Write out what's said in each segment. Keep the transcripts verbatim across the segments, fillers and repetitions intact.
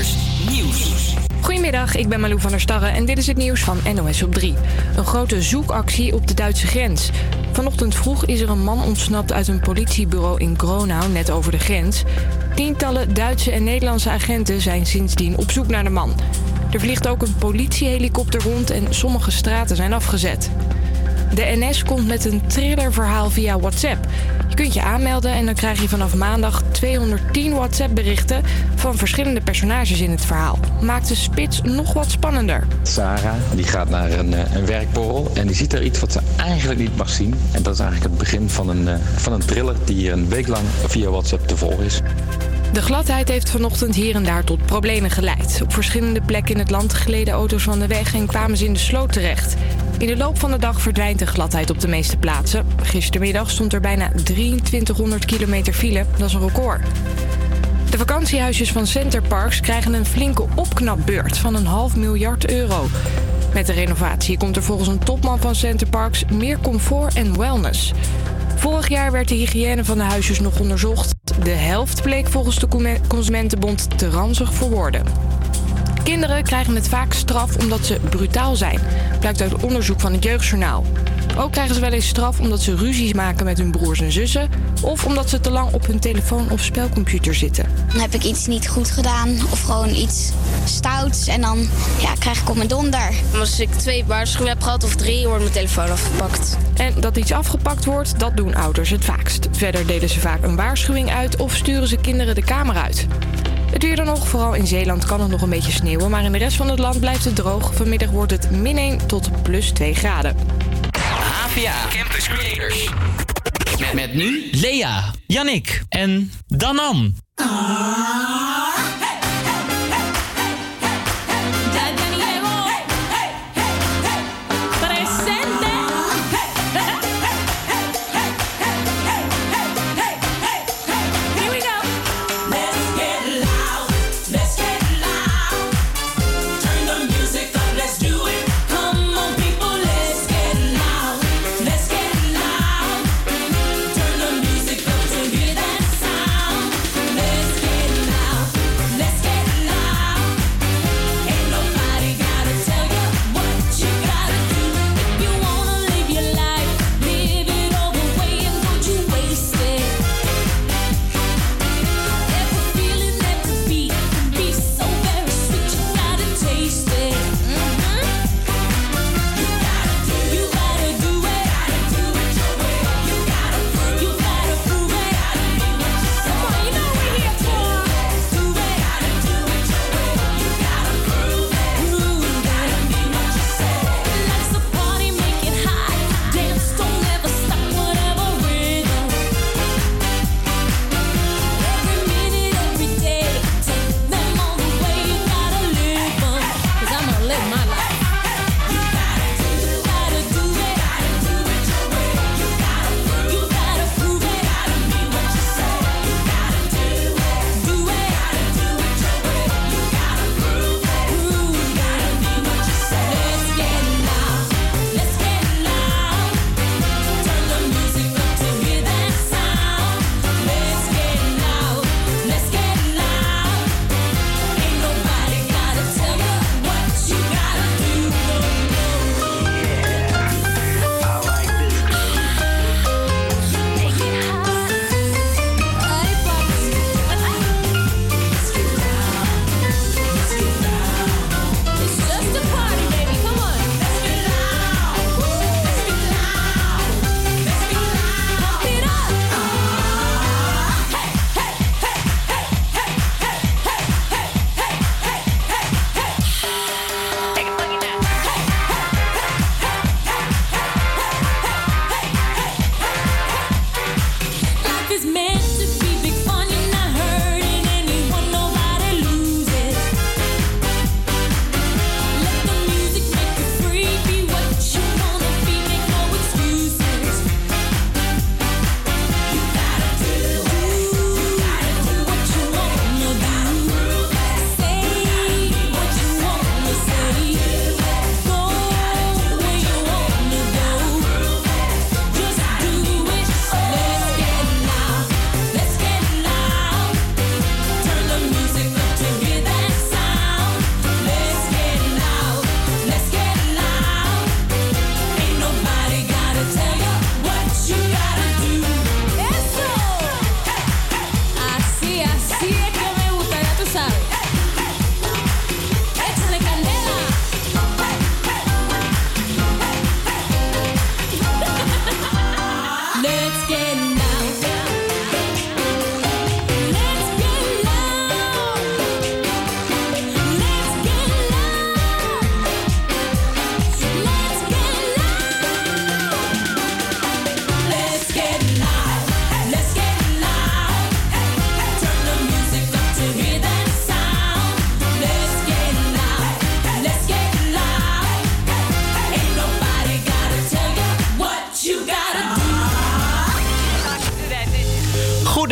Creators Nieuws. Goedemiddag, ik ben Malou van der Starre en dit is het nieuws van N O S op drie. Een grote zoekactie op de Duitse grens. Vanochtend vroeg is er een man ontsnapt uit een politiebureau in Gronau, net over de grens. Tientallen Duitse en Nederlandse agenten zijn sindsdien op zoek naar de man. Er vliegt ook een politiehelikopter rond en sommige straten zijn afgezet. De N S komt met een thrillerverhaal via WhatsApp. Je kunt je aanmelden en dan krijg je vanaf maandag tweehonderdtien WhatsApp-berichten van verschillende personages in het verhaal. Maakt de spits nog wat spannender. Sarah die gaat naar een, een werkborrel en die ziet er iets wat ze eigenlijk niet mag zien. En dat is eigenlijk het begin van een, van een thriller die een week lang via WhatsApp te volgen is. De gladheid heeft vanochtend hier en daar tot problemen geleid. Op verschillende plekken in het land gleden auto's van de weg en kwamen ze in de sloot terecht. In de loop van de dag verdwijnt de gladheid op de meeste plaatsen. Gistermiddag stond er bijna drieëntwintighonderd kilometer file. Dat is een record. De vakantiehuisjes van Centerparks krijgen een flinke opknapbeurt van een half miljard euro. Met de renovatie komt er volgens een topman van Centerparks meer comfort en wellness. Vorig jaar werd de hygiëne van de huisjes nog onderzocht. De helft bleek volgens de Consumentenbond te ranzig voor woorden. Kinderen krijgen het vaak straf omdat ze brutaal zijn, blijkt uit onderzoek van het Jeugdjournaal. Ook krijgen ze wel eens straf omdat ze ruzies maken met hun broers en zussen of omdat ze te lang op hun telefoon of spelcomputer zitten. Dan heb ik iets niet goed gedaan of gewoon iets stouts en dan ja, krijg ik op mijn donder. Als ik twee waarschuwingen heb gehad of drie, wordt mijn telefoon afgepakt. En dat iets afgepakt wordt, dat doen ouders het vaakst. Verder delen ze vaak een waarschuwing uit of sturen ze kinderen de kamer uit. Het weer dan nog, vooral in Zeeland kan het nog een beetje sneeuwen, maar in de rest van het land blijft het droog. Vanmiddag wordt het min één tot plus twee graden. H V A Campus Creators. Met, met nu Lea, Yannick en Danan.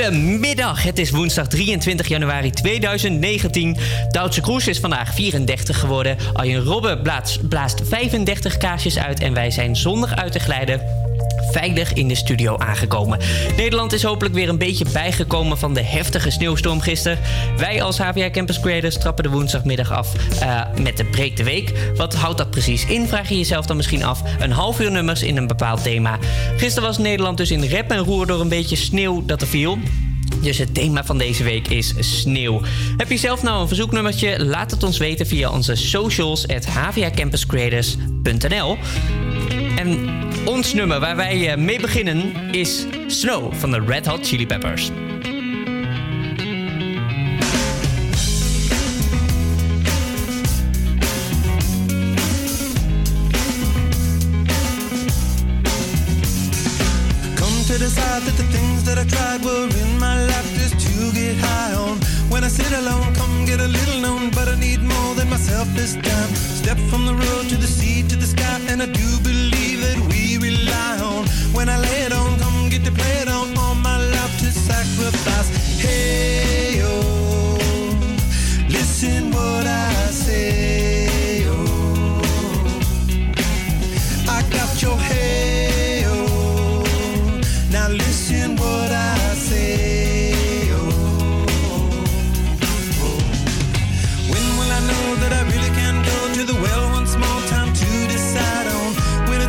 Goedemiddag, het is woensdag drieëntwintig januari tweeduizend negentien. Duitse Kroes is vandaag vierendertig geworden. Arjen Robben blaast, blaast vijfendertig kaarsjes uit en wij zijn zonder uit te glijden veilig in de studio aangekomen. Nederland is hopelijk weer een beetje bijgekomen van de heftige sneeuwstorm gisteren. Wij als H V A Campus Creators trappen de woensdagmiddag af uh, met de Breek de Week. Wat houdt dat precies in, vraag je jezelf dan misschien af. Een half uur nummers in een bepaald thema. Gisteren was Nederland dus in rep en roer door een beetje sneeuw dat er viel. Dus het thema van deze week is sneeuw. Heb je zelf nou een verzoeknummertje? Laat het ons weten via onze socials at h v a campus creators punt n l. En ons nummer waar wij mee beginnen is Snow van de Red Hot Chili Peppers. Decide that the things that I tried were in my life just to get high on. When I sit alone, come get a little known, but I need more than myself this time. Step from the road to the sea to the sky, and I do believe that we rely on. When I lay it on, come get to play it on, all my life to sacrifice. Hey, oh, listen what I say, oh, I got your head. Now listen what I say, oh, oh. When will I know that I really can go to the well once more? Time to decide on. When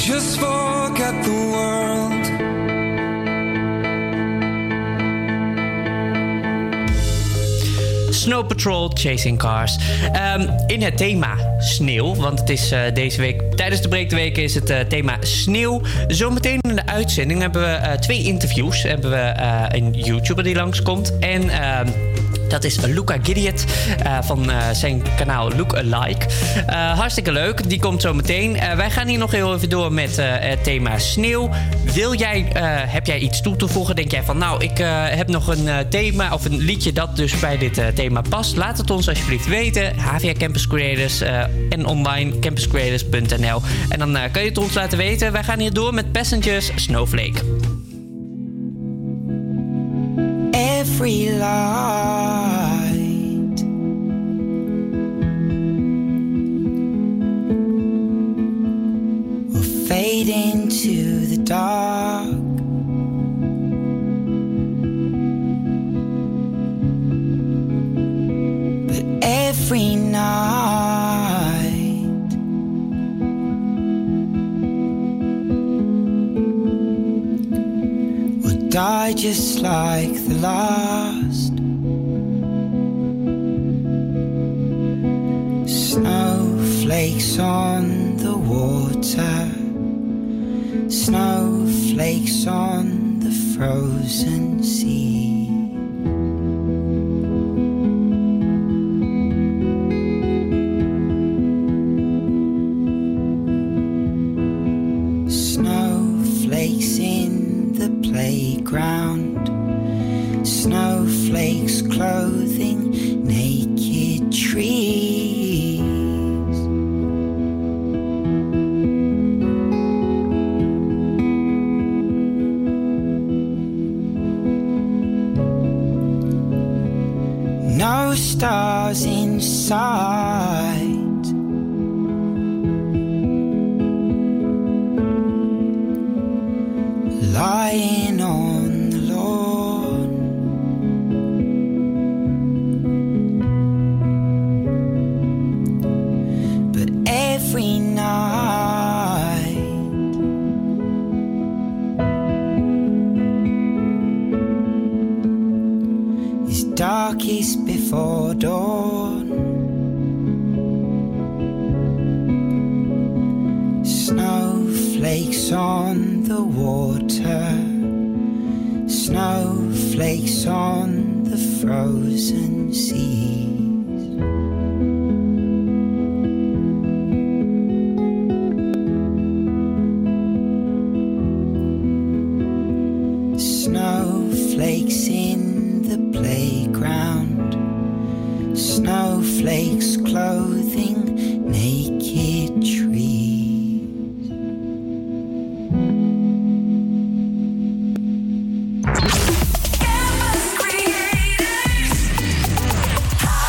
just forget the world. Snow Patrol, Chasing Cars. Um, in het thema sneeuw, want het is uh, deze week, tijdens de Breek de Week is het uh, thema sneeuw. Zometeen in de uitzending hebben we uh, twee interviews. Hebben we uh, een YouTuber die langskomt en... Uh, Dat is Luca Gidiot uh, van uh, zijn kanaal Look Alike. Uh, hartstikke leuk, die komt zo meteen. Uh, wij gaan hier nog heel even door met uh, het thema sneeuw. Wil jij, uh, heb jij iets toe te voegen? Denk jij van, nou, ik uh, heb nog een uh, thema of een liedje dat dus bij dit uh, thema past? Laat het ons alsjeblieft weten. H V A Campus Creators uh, en online campus creators punt n l. En dan uh, kan je het ons laten weten. Wij gaan hier door met Passengers, Snowflake. Every light will fade into the dark. But every night will die just like the last. Snowflakes on the water, snowflakes on the frozen sea. Snowflakes in the playground, snowflakes clothing naked trees. No stars in sight, lying on the lawn. But every night is darkest before dawn. Snowflakes on the water, snowflakes on the frozen seas. Snowflakes in the playground, snowflakes clothing naked trees. Campus Creators, H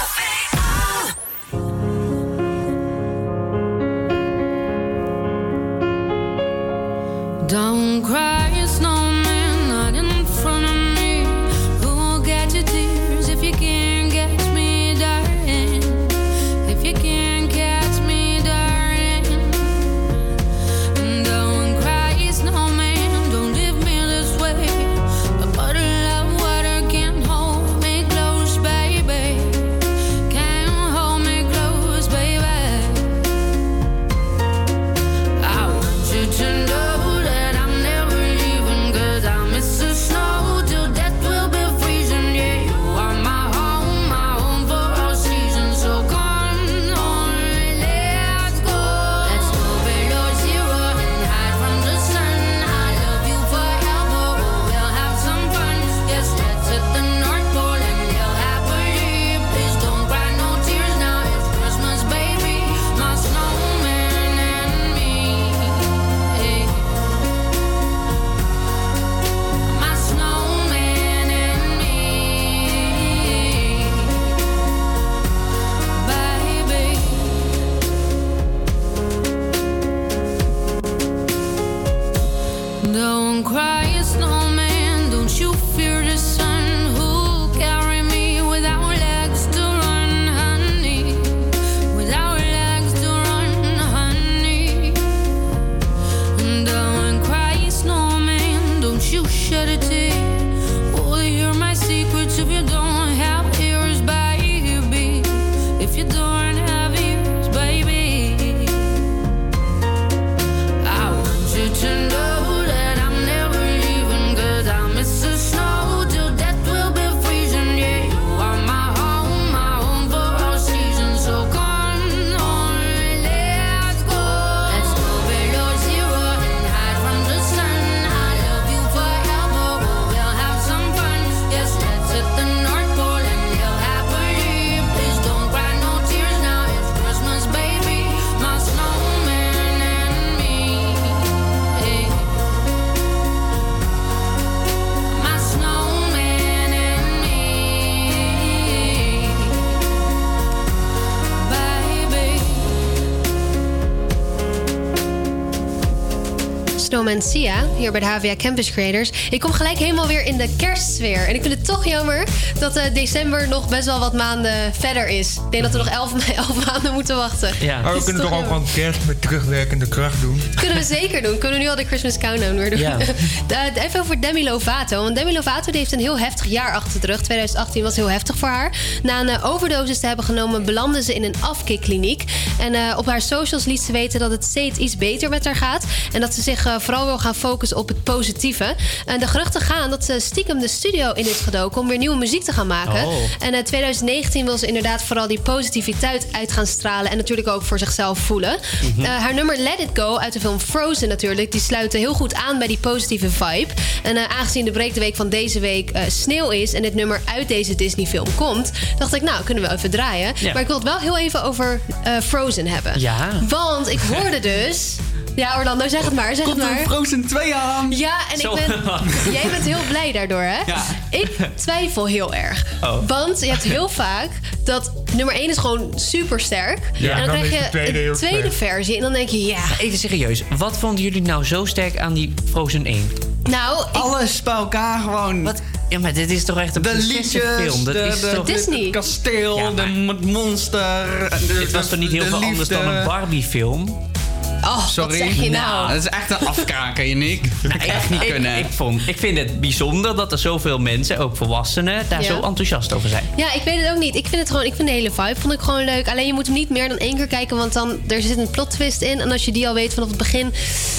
Snowman en Sia, hier bij de H V A Campus Creators. Ik kom gelijk helemaal weer in de kerstsfeer. En ik vind het toch jammer dat uh, december nog best wel wat maanden verder is. Ik denk dat we nog elf, elf maanden moeten wachten. Ja. Maar we kunnen toch ook gewoon kerst met terugwerkende kracht doen? Dat kunnen we zeker doen. Kunnen we nu al de Christmas Countdown weer doen. Ja. uh, even over Demi Lovato. Want Demi Lovato die heeft een heel heftig jaar achter de rug. twintig achttien was heel heftig voor haar. Na een uh, overdosis te hebben genomen belandde ze in een afkikkliniek. En uh, op haar socials liet ze weten dat het steeds iets beter met haar gaat. En dat ze zich uh, vooral wil gaan focussen op het positieve. En de geruchten gaan dat ze stiekem de studio in is gedoken om weer nieuwe muziek te gaan maken. Oh. En in uh, twintig negentien wil ze inderdaad vooral die positiviteit uit gaan stralen. En natuurlijk ook voor zichzelf voelen. Mm-hmm. Uh, haar nummer Let It Go uit de film Frozen natuurlijk. Die sluit heel goed aan bij die positieve vibe. En uh, aangezien de break de week van deze week uh, sneeuw is. En dit nummer uit deze Disney film komt. Dacht ik nou kunnen we even draaien. Ja. Maar ik wil het wel heel even over uh, Frozen hebben. Ja. Want ik hoorde dus... Ja, Orlando, zeg het maar, zeg Komt het maar. er Frozen twee aan? Ja, en Zo. ik ben... Jij bent heel blij daardoor, hè? Ja. Ik twijfel heel erg. Oh. Want je hebt heel vaak dat nummer één is gewoon super sterk. Ja, en dan, dan krijg je de tweede, een tweede versie. En dan denk je, ja... Even serieus, wat vonden jullie nou zo sterk aan die Frozen één? Nou, ik... Alles bij elkaar gewoon... Wat? Ja, maar dit is toch echt een de liedjes, film. Dat de, is de, toch... Disney. Het kasteel, ja, maar... de monster... De, dit was toch niet heel veel liefde. Anders dan een Barbie-film? Oh, sorry. Wat zeg je nou? nou? Dat is echt een afkraker, Nick. Dat nou, echt niet ik, kunnen. Ik, vond, ik vind het bijzonder dat er zoveel mensen, ook volwassenen, daar ja. zo enthousiast over zijn. Ja, ik weet het ook niet. Ik vind het gewoon, ik vind de hele vibe vond ik gewoon leuk. Alleen je moet hem niet meer dan één keer kijken, want dan er zit een plot twist in. En als je die al weet vanaf het begin,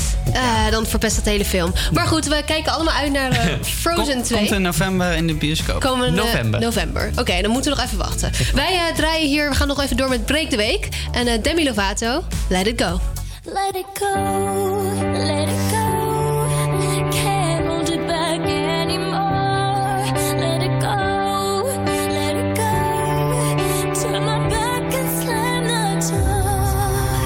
uh, dan verpest dat de hele film. Maar goed, we kijken allemaal uit naar uh, Frozen Kom, twee. Komt in november in de bioscoop. Komen, uh, november. November. Oké, okay, dan moeten we nog even wachten. Wij uh, draaien hier, we gaan nog even door met Break de Week. En uh, Demi Lovato, Let It Go. Let it go, let it go. Can't hold it back anymore. Let it go, let it go. Turn my back and slam the door.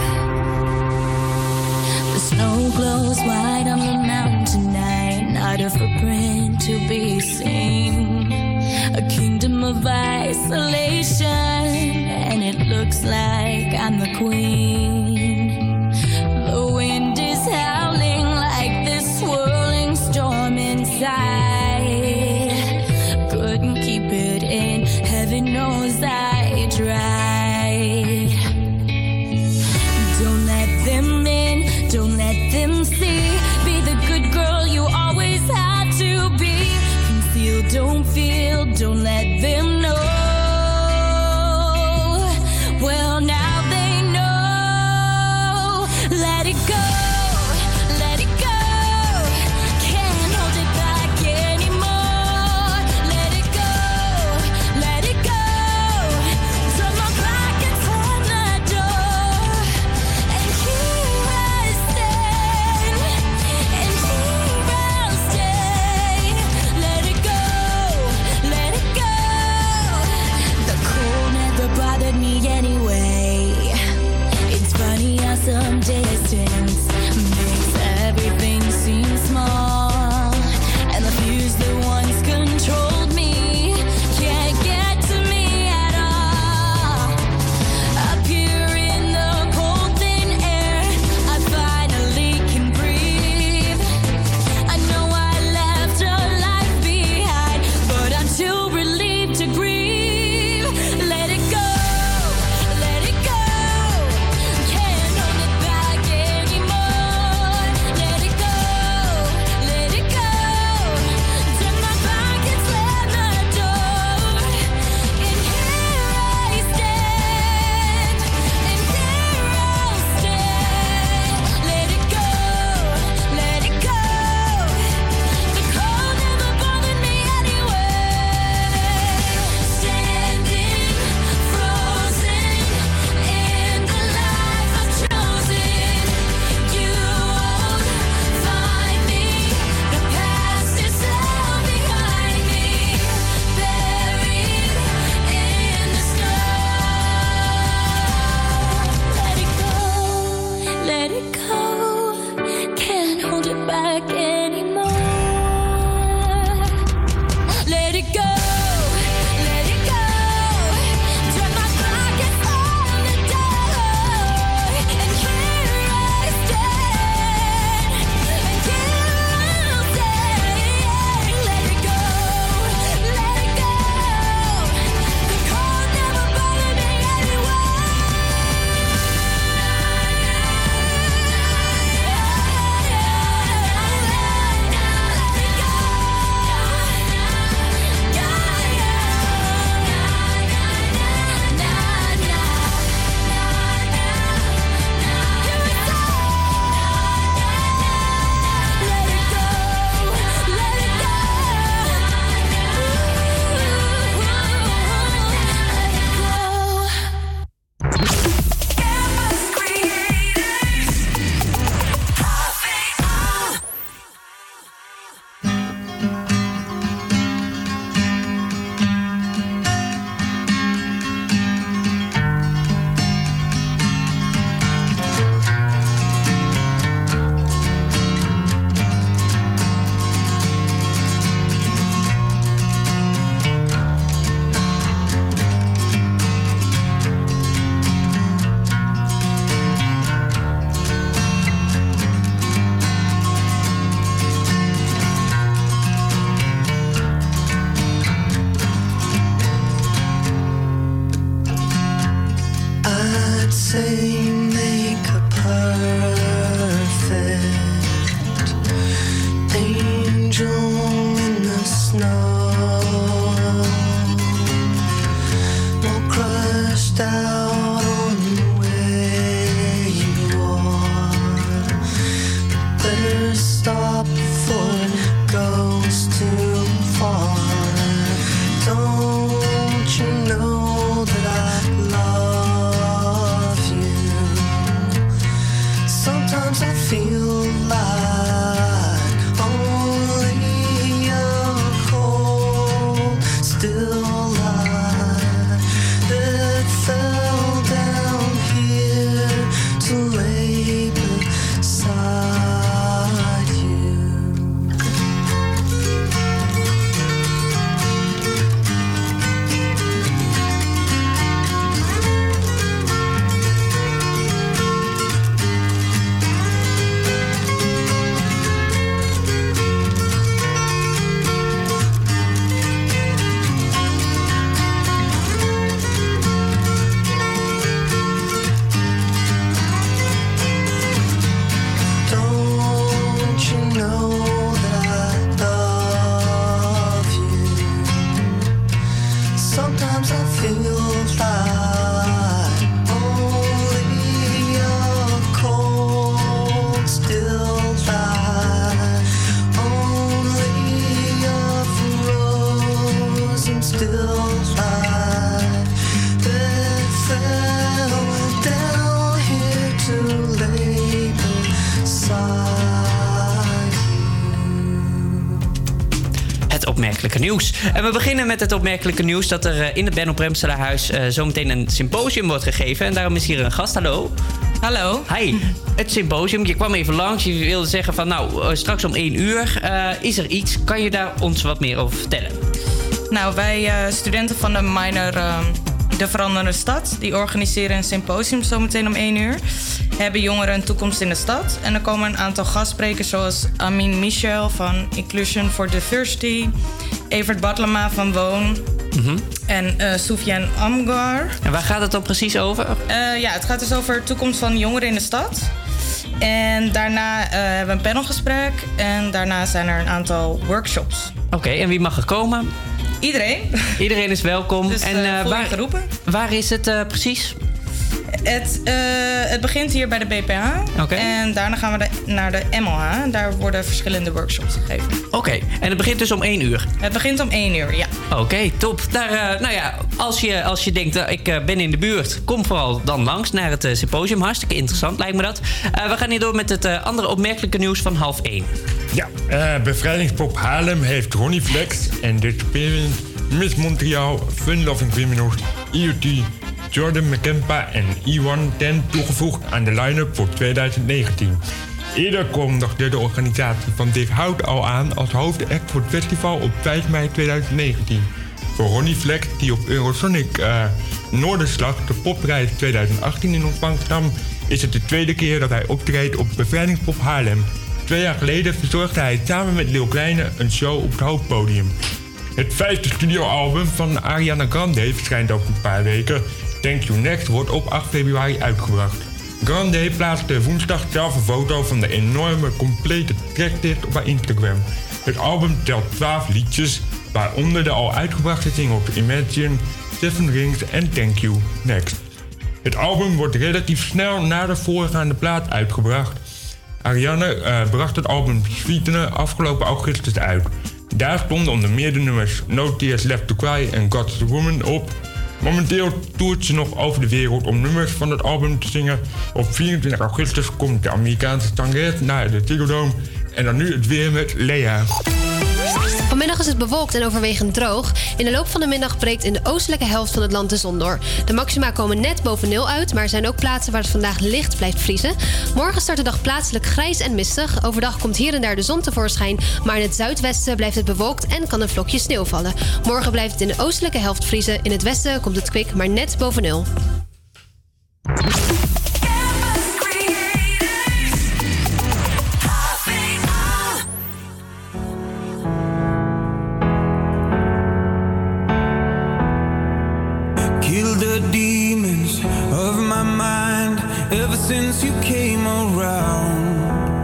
The snow glows white on the mountain tonight. Not a footprint to be seen. A kingdom of isolation. And it looks like I'm the queen. The wind is howling like this swirling storm inside. Couldn't keep it in, heaven knows I tried. Don't let them in, don't let them see. Be the good girl you always had to be. Conceal, don't feel, don't let them know. Well, now let it go, let it go. Can't hold it back anymore. Let it go, let it go. Turn my back and slam the door. And here I stand, and here I'll stay. Let it go, let it go. The cold never bothered me anyway. It's funny how some distance makes everything seem small, and the fears that once controlled me can't get to me at all. Up here in the cold thin air, I finally can breathe. I know I left a life behind, but I'm too relieved to grieve. Let it go, let it go. Can't hold it back anymore. Let it go, let it go. Turn my back and slam the door. And here I stand, and here I'll stay. Let it go, let it go. The cold never bothered me anyway. Standing frozen in the life I've chosen. You won't find me. The past is all behind me, buried in the snow. Let it go, let it go. Can't hold it back anymore. Let it go, let it go. Turn my back and slam the door. And here I stand, and Sometimes I feel like only a cold, still light that fell down here to lay beside you. Don't you know that I love you? Sometimes I feel like only a cold, still light, only a frozen still light that fell down here to lay beside Het opmerkelijke nieuws. En we beginnen met het opmerkelijke nieuws dat er eh, in het Benno Bremselaarhuis uh, zometeen een symposium wordt gegeven. En daarom is hier een gast. Hallo. Hallo. Hi. Het symposium, je kwam even langs. Je wilde zeggen van nou, uh, straks om één uur uh, is er iets. Kan je daar ons wat meer over vertellen? Nou, wij uh, studenten van de minor uh, De Veranderende Stad, die organiseren een symposium zometeen om één uur. Hebben jongeren een toekomst in de stad? En er komen een aantal gastsprekers zoals Amin Michel van Inclusion for Diversity, Evert Batlema van Woon Mm-hmm. en uh, Soufiane Amgar. En waar gaat het dan precies over? Uh, ja, het gaat dus over de toekomst van jongeren in de stad. En daarna uh, hebben we een panelgesprek en daarna zijn er een aantal workshops. Oké, okay, en wie mag er komen? Iedereen. Iedereen is welkom. Dus, en uh, uh, waar, geroepen. waar is het uh, precies? Het, uh, het begint hier bij de B P H. Okay. En daarna gaan we de, naar de M L H. Daar worden verschillende workshops gegeven. Oké, okay. En het begint dus om één uur? Het begint om één uur, ja. Oké, okay, top. Daar, uh, nou ja, als je, als je denkt, uh, ik uh, ben in de buurt, kom vooral dan langs naar het uh, symposium. Hartstikke interessant, lijkt me dat. Uh, we gaan hier door met het uh, andere opmerkelijke nieuws van half één. Ja, uh, Bevrijdingspop Haarlem heeft Ronnie Flex en The Experience, Miss Montreal, Fun Loving Criminals, I O T, Jordan McKempa en E één ten toegevoegd aan de line-up voor twintig negentien. Eerder kondigde de organisatie van Dick Hout al aan als hoofdact voor het festival op vijf mei twintig negentien. Voor Ronnie Flex, die op Eurosonic uh, Noorderslag de popprijs twintig achttien in ontvangst nam, is het de tweede keer dat hij optreedt op Bevrijdingspop Haarlem. Twee jaar geleden verzorgde hij samen met Lil Kleine een show op het hoofdpodium. Het vijfde studioalbum van Ariana Grande verschijnt over een paar weken. Thank You Next wordt op acht februari uitgebracht. Grande plaatste woensdag zelf een foto van de enorme complete tracklist op haar Instagram. Het album telt twaalf liedjes, waaronder de al uitgebrachte singles Imagine, Seven Rings en Thank You Next. Het album wordt relatief snel na de voorgaande plaat uitgebracht. Ariane uh, bracht het album Sweetener afgelopen augustus uit. Daar stonden onder meer de nummers No Tears Left to Cry en God's the Woman op. Momenteel toert ze nog over de wereld om nummers van het album te zingen. Op vierentwintig augustus komt de Amerikaanse zangeres naar de Ziggo Dome. En dan nu het weer met Lea. Vanmiddag is het bewolkt en overwegend droog. In de loop van de middag breekt in de oostelijke helft van het land de zon door. De maxima komen net boven nul uit, maar er zijn ook plaatsen waar het vandaag licht blijft vriezen. Morgen start de dag plaatselijk grijs en mistig. Overdag komt hier en daar de zon tevoorschijn, maar in het zuidwesten blijft het bewolkt en kan een vlokje sneeuw vallen. Morgen blijft het in de oostelijke helft vriezen. In het westen komt het kwik maar net boven nul. Kill the demons of my mind ever since you came around.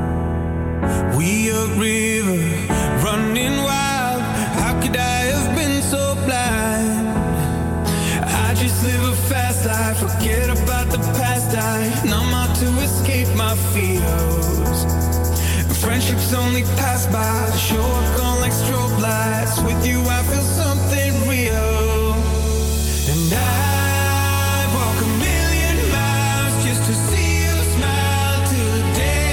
We a river running wild. How could I have been so blind? I just live a fast life, forget about the past. I numb out to escape my fears. Friendships only pass by, show up gone like strobe lights. With you I feel something real. And I walk a million miles just to see you smile till the day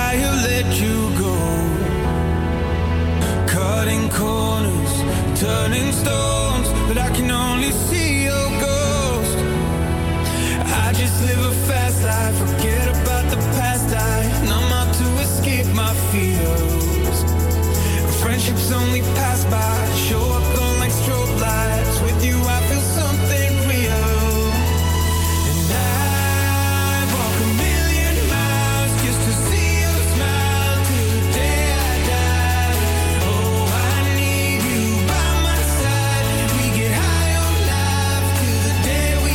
I have let you go. Cutting corners, turning stones, but I can only see your ghost. I just live a fast life, forget about the past. I numb out to escape my fears. Friendships only pass by, show up on like strobe lights. With you I feel something real. And I walk a million miles just to see you smile till the day I die. Oh, I need you by my side. We get high on life till the day we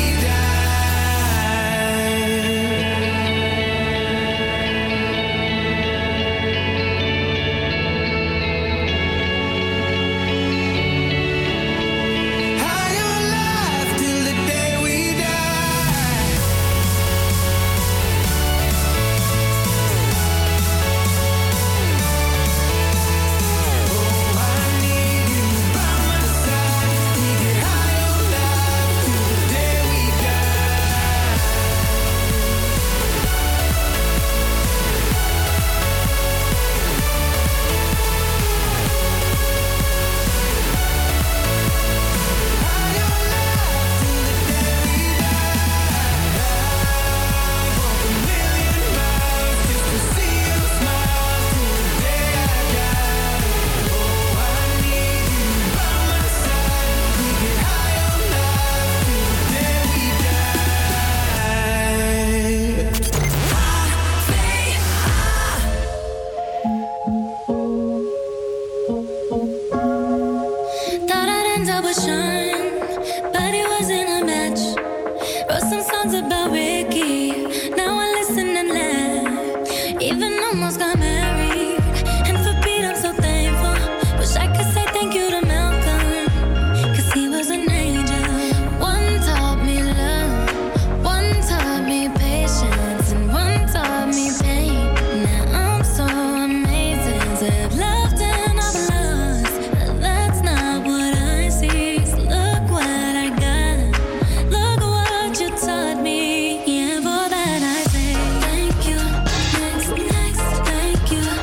Thought I'd end up with Sean, but it wasn't a match. Wrote some songs about Ricky, now I listen and laugh. Even almost got married, and for Pete I'm so thankful. Wish I could say thank you to Malcolm, cause he was an angel. One taught me love, one taught me patience, and one taught me pain. Now I'm so amazing to have loved and I've lost. That's not what I see. So look what I got. Look what you taught me. Yeah, for that I say thank you. Next, next, thank you.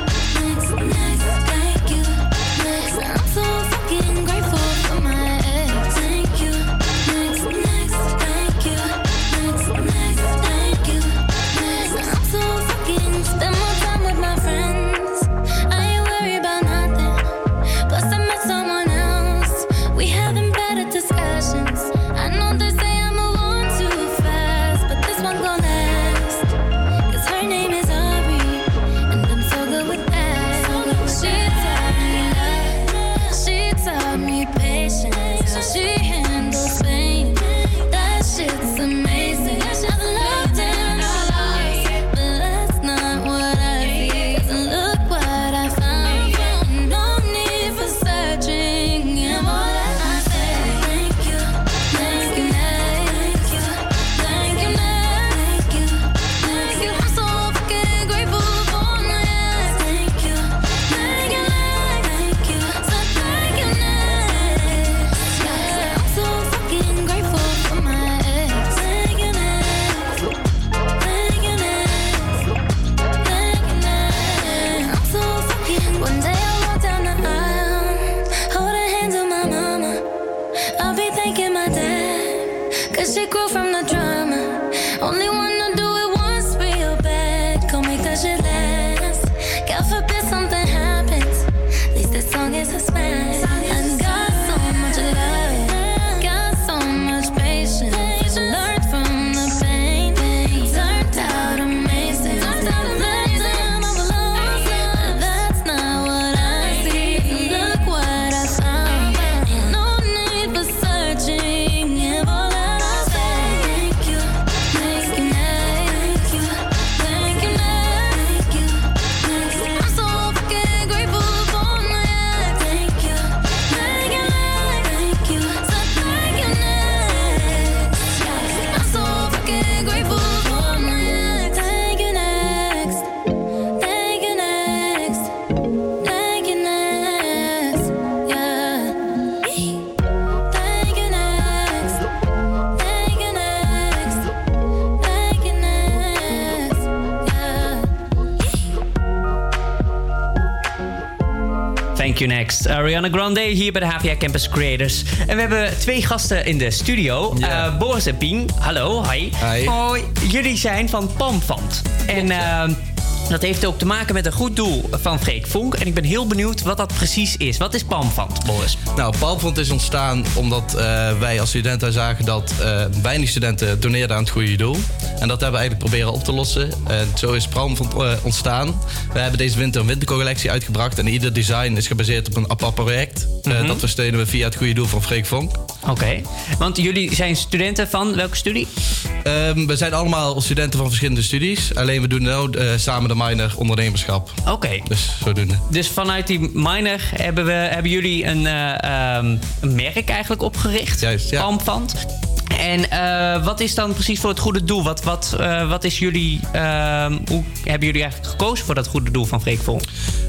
Thank You Next. Ariana Grande hier bij de H V A Campus Creators. En we hebben twee gasten in de studio. Ja. Uh, Boris en Pien. Hallo, hi. Hi. Hoi. Jullie zijn van Palmfant. En uh, dat heeft ook te maken met een goed doel van Freek Vonk. En ik ben heel benieuwd wat dat precies is. Wat is Palmfant, Boris? Nou, Palmfant is ontstaan omdat uh, wij als studenten zagen dat uh, weinig studenten doneerden aan het goede doel. En dat hebben we eigenlijk proberen op te lossen. En zo is Palmfant uh, ontstaan. We hebben deze winter een wintercollectie uitgebracht. En ieder design is gebaseerd op een apart project. Uh, mm-hmm. Dat we steunen we via het goede doel van Freek Vonk. Oké, okay. Want jullie zijn studenten van welke studie? Um, we zijn allemaal studenten van verschillende studies. Alleen we doen nu uh, samen de minor ondernemerschap. Oké. Okay. Dus zodoende. Dus vanuit die minor hebben, we, hebben jullie een, uh, um, een merk eigenlijk opgericht. Juist, ja. Palmfant. En uh, wat is dan precies voor het goede doel? Wat, wat, uh, wat is jullie, uh, hoe hebben jullie eigenlijk gekozen voor dat goede doel van Freek Vonk?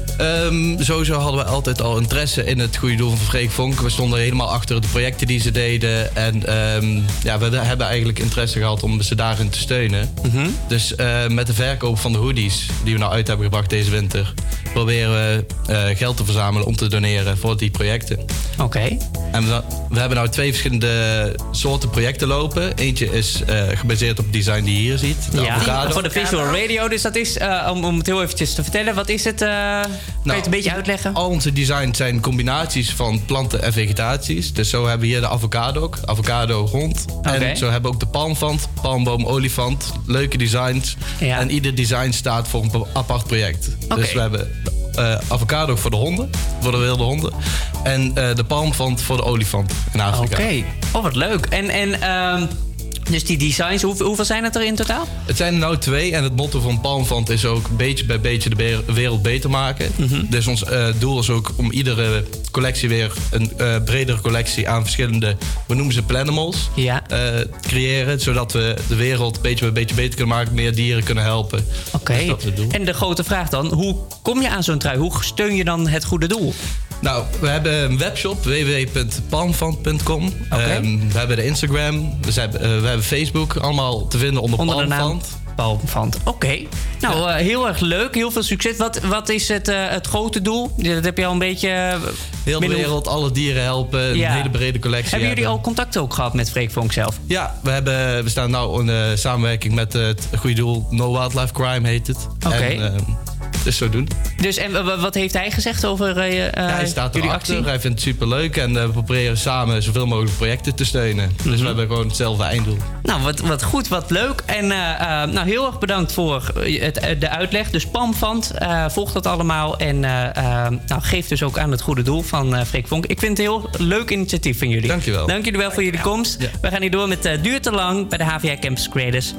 Um, sowieso hadden we altijd al interesse in het goede doel van Freek Vonk. We stonden helemaal achter de projecten die ze deden. En um, ja, we hebben eigenlijk interesse gehad om ze daarin te steunen. Mm-hmm. Dus uh, met de verkoop van de hoodies die we nou uit hebben gebracht deze winter, proberen we uh, geld te verzamelen om te doneren voor die projecten. Oké. Okay. En we, we hebben nou twee verschillende soorten projecten lopen. Eentje is uh, gebaseerd op het design die je hier ziet. De ja, avocado. Voor de visual radio. Dus dat is, uh, om, om het heel eventjes te vertellen, wat is het? Uh, kan nou, je het een beetje uitleggen? Al onze designs zijn combinaties van planten en vegetaties. Dus zo hebben we hier de avocado, avocado hond. Okay. En zo hebben we ook de palmfant, palmboom, olifant. Leuke designs. Ja. En ieder design staat voor een apart project. Okay. Dus we hebben uh, avocado voor de honden, voor de wilde honden. En uh, de palmfant voor de olifant in Afrika. Oké, okay. Oh wat leuk. En, en uh, dus die designs, hoe, hoeveel zijn het er in totaal? Het zijn er nou twee en het motto van Palmfant is ook beetje bij beetje de wereld beter maken. Mm-hmm. Dus ons uh, doel is ook om iedere collectie weer een uh, bredere collectie aan verschillende, we noemen ze planimals, ja. uh, creëren. Zodat we de wereld beetje bij beetje beter kunnen maken, meer dieren kunnen helpen. Oké, okay. En de grote vraag dan, hoe kom je aan zo'n trui? Hoe steun je dan het goede doel? Nou, we hebben een webshop, w w w punt palmfant punt com. Okay. Um, we hebben de Instagram, we hebben, uh, we hebben Facebook, allemaal te vinden onder, onder Palmfant. Palmfant, oké. Okay. Nou, ja. uh, heel erg leuk, heel veel succes. Wat, wat is het, uh, het grote doel? Dat heb je al een beetje... Uh, Heel de wereld, alle dieren helpen, ja. Een hele brede collectie. Hebben jullie hebben. al contact ook gehad met Freek Vonk zelf? Ja, we, hebben, we staan nu in uh, samenwerking met uh, het goede doel No Wildlife Crime heet het. Oké. Okay. Uh, Dus zo doen. Dus en wat heeft hij gezegd over uh, ja, hij staat jullie erachter. actie? Hij vindt het superleuk en uh, we proberen samen zoveel mogelijk projecten te steunen. Mm-hmm. Dus we hebben gewoon hetzelfde einddoel. Nou, wat, wat goed, wat leuk. En uh, uh, nou, heel erg bedankt voor het, de uitleg. Dus Palmfant, uh, volg dat allemaal. En uh, uh, nou, geef dus ook aan het goede doel van uh, Freek Vonk. Ik vind het een heel leuk initiatief van jullie. Dankjewel. Dank jullie wel voor jullie komst. Ja. We gaan hier door met uh, Duurt te lang bij de H V A Campus Creators.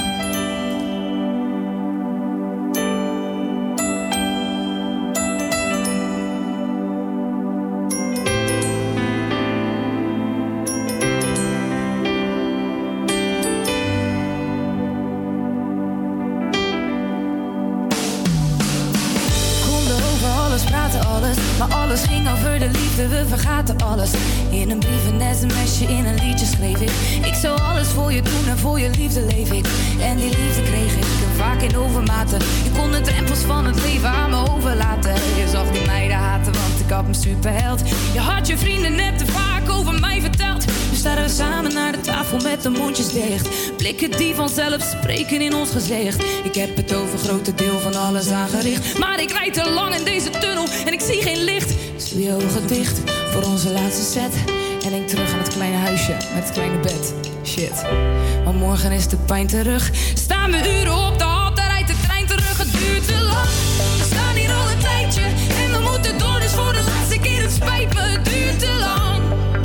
We vergaten alles. In een brief, een sms'je, in een liedje schreef ik. Ik zou alles voor je doen en voor je liefde leef ik. En die liefde kreeg ik vaak in overmaten. Je kon de drempels van het leven aan me overlaten. Je zag die meiden haten, want ik had me superheld. Je had je vrienden net te vaak over mij verteld. Nu staan we samen naar de tafel met de mondjes dicht. Blikken die vanzelf spreken in ons gezicht. Ik heb het overgrote deel van alles aangericht. Maar ik rijd te lang in deze tunnel en ik zie geen licht. Dus doe je ogen dicht voor onze laatste set. En denk terug aan het kleine huisje met het kleine bed. Shit, maar morgen is de pijn terug. Staan we uren op de hal, daar rijdt de trein terug. Het duurt te lang, we staan hier al een tijdje. En we moeten door, dus voor de laatste keer, het spijt me. Het duurt te lang.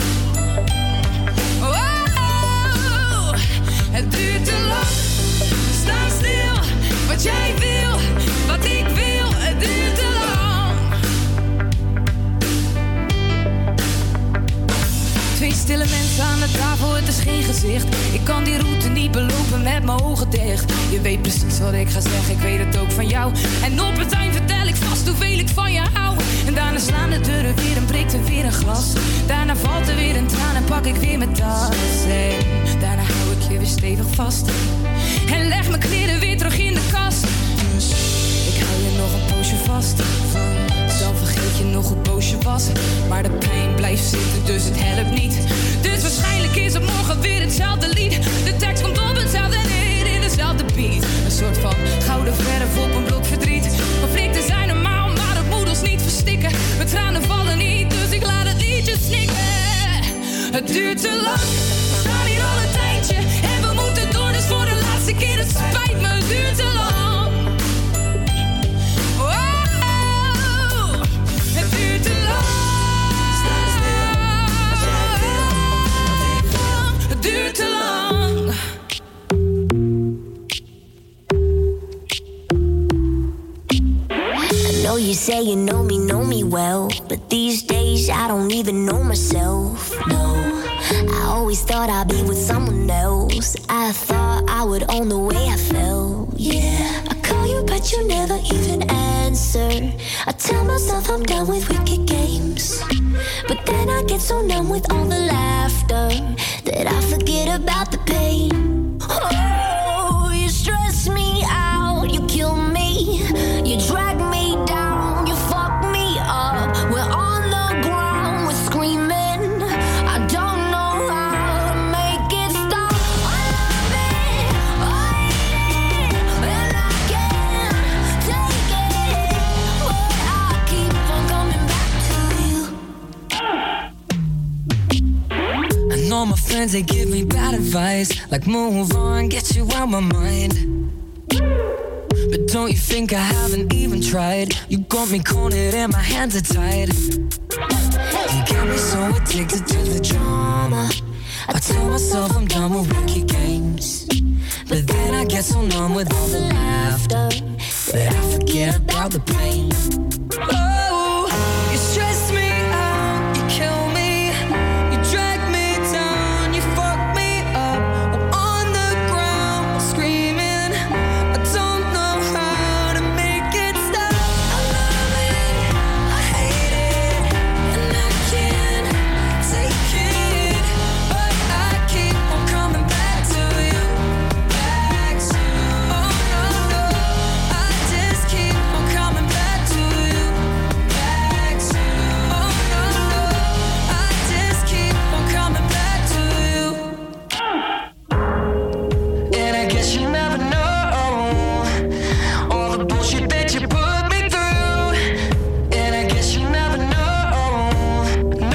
Wow, het duurt te lang. Sta stil, wat jij wil, wat ik wil. Het duurt te lang. Twee stille mensen aan de tafel, het is geen gezicht. Ik kan die route niet belopen met mijn ogen dicht. Je weet precies wat ik ga zeggen, ik weet het ook van jou. En op het eind vertel ik vast hoeveel ik van je hou. En daarna slaan de deuren weer en breekt er weer een glas. Daarna valt er weer een traan en pak ik weer mijn tas. En daarna hou ik je weer stevig vast. En leg mijn kleren weer terug in de kast. Ik hou je nog een poosje vast. Dan vergeet je nog hoe boos Het duurt te lang, we staan hier al een tijdje. En we moeten door, dus voor de laatste keer. Het spijt me, het duurt te lang. Wow, het duurt te lang. Het duurt te lang. I know you say you know me, know me well, but these days I don't even know myself, no. I always thought I'd be with someone else. I thought I would own the way I felt, yeah. I call you but you never even answer. I tell myself I'm done with wicked games, but then I get so numb with all the laughter that I forget about the pain. Oh, you stress me out, you kill me, you drag me down, you fuck me up. We're on the ground, we're screaming. I don't know how to make it stop. I love it, I hate it, and I can't take it, but I keep on coming back to you. And all my friends, they give me bad advice, like move on, get you out my mind. But don't you think I haven't even tried? You got me cornered and my hands are tied. You got me so addicted to the drama. I tell myself I'm done with wicked games, but then I get so numb with all the laughter that I forget about the pain. Oh, you stress me out, you kill me, you drag me down, you fuck me up. We're on the ground, screaming. I don't know how to make it stop. I love it, I hate it, and I can't take it, but I keep on coming back to you, back to you. Oh no, no, I just keep on coming back to you, back to you. Oh no, no, I just keep on coming back to you. And I guess you never know all the bullshit that you put me through. And I guess you never know,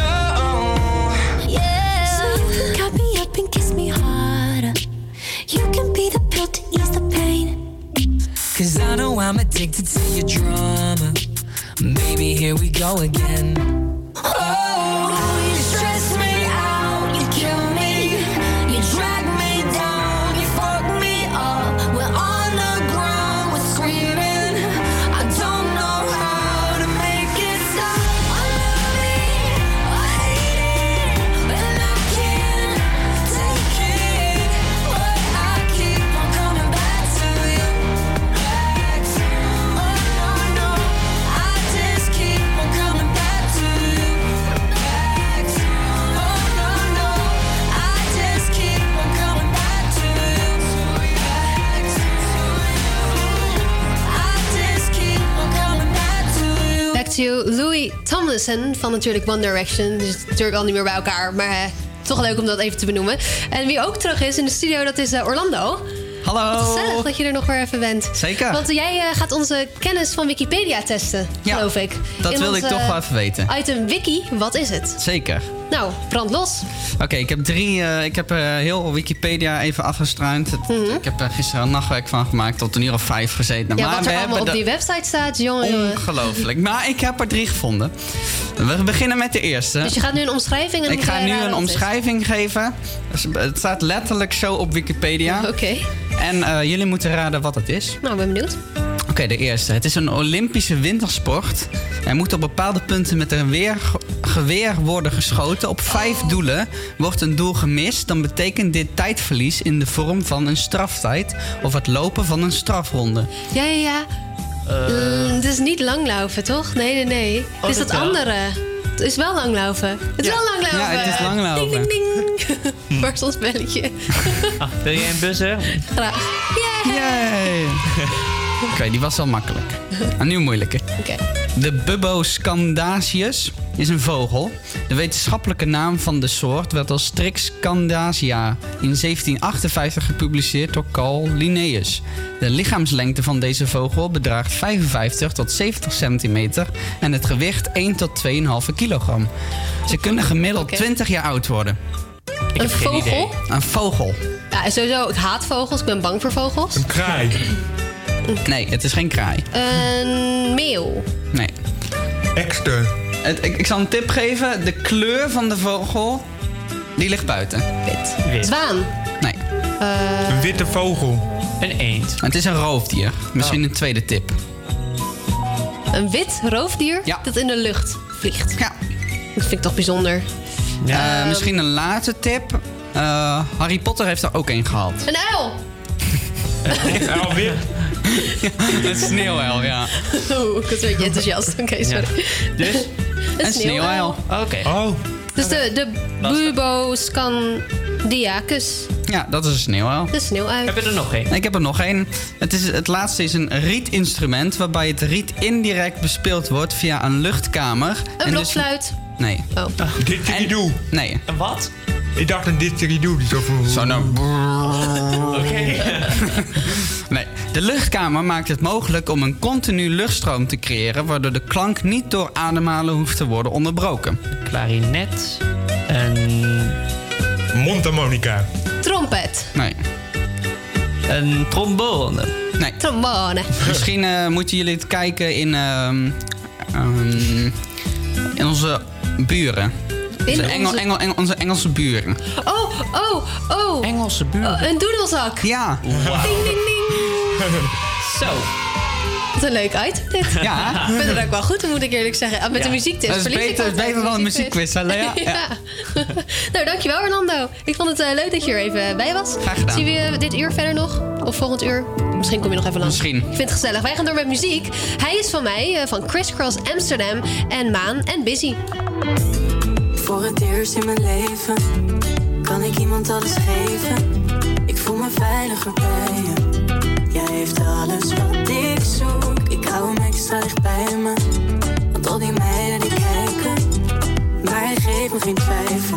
no. Yeah. So you can cut me up and kiss me harder. You can be the pill to ease the pain. Cause I know I'm addicted to your drama. Baby, here we go again. Oh, you stress me out, you kill me, you drag me down, you fuck me up. We're on the ground, we're screaming. I don't know how to make it stop. I love it, I hate it, and I can't take it, but I keep on coming back to you, back to you. Oh no, no, I just keep on coming back to you, back to you. Oh no, no, I just keep on coming back to you, back to you. I just keep on coming back to you. Back to you, Louis Tomlinson van natuurlijk One Direction. Dus natuurlijk al niet meer bij elkaar, maar eh, toch leuk om dat even te benoemen. En wie ook terug is in de studio, dat is eh, Orlando. Hallo. Wat gezellig dat je er nog weer even bent. Zeker. Want jij eh, gaat onze kennis van Wikipedia testen, Ja, geloof ik. dat In wil ons, ik toch eh, wel even weten. Item Wiki, wat is het? Zeker. Nou, brand los. Oké, ik heb drie. eh, ik heb eh, heel Wikipedia even afgestruind. Het- Ik heb er gisteren een nachtwerk van gemaakt, tot een uur of vijf gezeten. Ja, maar wat we er allemaal hebben op de- die website staat, jongen. jongen. Ongelooflijk. Maar ik heb er drie gevonden. We beginnen met de eerste. Dus je gaat nu een omschrijving en Ik dan ga moet jij nu raden een wat het is. omschrijving geven. Dus het staat letterlijk zo op Wikipedia. Oké. En eh, jullie moeten raden wat het is. Nou, ben benieuwd. Oké, de eerste. Het is een Olympische wintersport. Er moet op bepaalde punten met een weer, geweer worden geschoten. Op vijf doelen wordt een doel gemist. Dan betekent dit tijdverlies in de vorm van een straftijd of het lopen van een strafronde. Ja, ja, ja. Mm, het is niet langlopen, toch? Nee, nee, nee. Het is dat dat wel? andere. Het is wel langlopen. Het is Ja. wel langlopen. Ja, het is langlopen. Ding, ding, ding. Waar is ons belletje? Ah, wil jij een buzzer? Graag. Yay! Oké, die was wel makkelijk. En nu een moeilijke. Oké. De Bubbo Scandasius is een vogel. De wetenschappelijke naam van de soort werd als Strix candasia in zeventien achtenvijftig gepubliceerd door Carl Linnaeus. De lichaamslengte van deze vogel bedraagt vijfenvijftig tot zeventig centimeter en het gewicht één tot twee komma vijf kilogram. Ze kunnen gemiddeld Okay. twintig jaar oud worden. Ik een vogel? Een vogel. Ja, sowieso, ik haat vogels. Ik ben bang voor vogels. Een kraai. Nee, het is geen kraai. Een meeuw. Nee. Ekster. Het, ik, ik zal een tip geven. De kleur van de vogel, die ligt buiten. Wit. Zwaan. Nee. Uh, Een witte vogel. Een eend. Het is een roofdier. Misschien een tweede tip. Een wit roofdier dat in de lucht vliegt. Ja. Dat vind ik toch bijzonder. Uh, misschien een laatste tip. Uh, Harry Potter heeft er ook een gehad. Een uil. Alweer? Een sneeuwuil, ja. Oeh, ik was een beetje enthousiast. Oké, okay, sorry. Ja. Dus? Een, een sneeuwuil. Oké. Okay. Oh. Dus de, de Buboscandiacus. Ja, dat is een sneeuwuil. De sneeuwuil. Heb je er nog één? Ik heb er nog één. Het, is, het laatste is een rietinstrument waarbij het riet indirect bespeeld wordt via een luchtkamer. Een blokfluit. Dus... Nee. Oh. Didgeridoo. Nee. Een wat? Ik dacht een didgeridoo. Zo, zo nou. Oké. Nee. De luchtkamer maakt het mogelijk om een continu luchtstroom te creëren, waardoor de klank niet door ademhalen hoeft te worden onderbroken. Klarinet. Een mondharmonica. Trompet. Nee. Een trombone. Nee. Trombone. Misschien uh, moeten jullie het kijken in, uh, um, in onze buren. In onze, Engel, onze... Engel, Engel, onze Engelse buren. Oh, oh, oh. Engelse buren. Oh, een doedelzak. Ja. Wow. Ding, ding, ding. Zo. Wat een leuk item dit. Ja. Ik vind het ook wel goed, moet ik eerlijk zeggen. Met ja. de muziektips. Dat is beter, beter dan een muziekquiz, hè, Lea? Ja. ja. Nou, dankjewel Orlando. Ik vond het uh, leuk dat je er even bij was. Graag gedaan. Zien we je dit uur verder nog? Of volgend uur? Misschien kom je nog even langs. Misschien. Ik vind het gezellig. Wij gaan door met muziek. Hij is van mij, uh, van Criss Cross Amsterdam en Maan en Busy. Voor het eerst in mijn leven kan ik iemand alles geven. Ik voel me veiliger bij je. Jij heeft alles wat ik zoek. Ik hou hem extra dicht bij me. Want al die meiden die kijken, maar hij geeft me geen twijfel.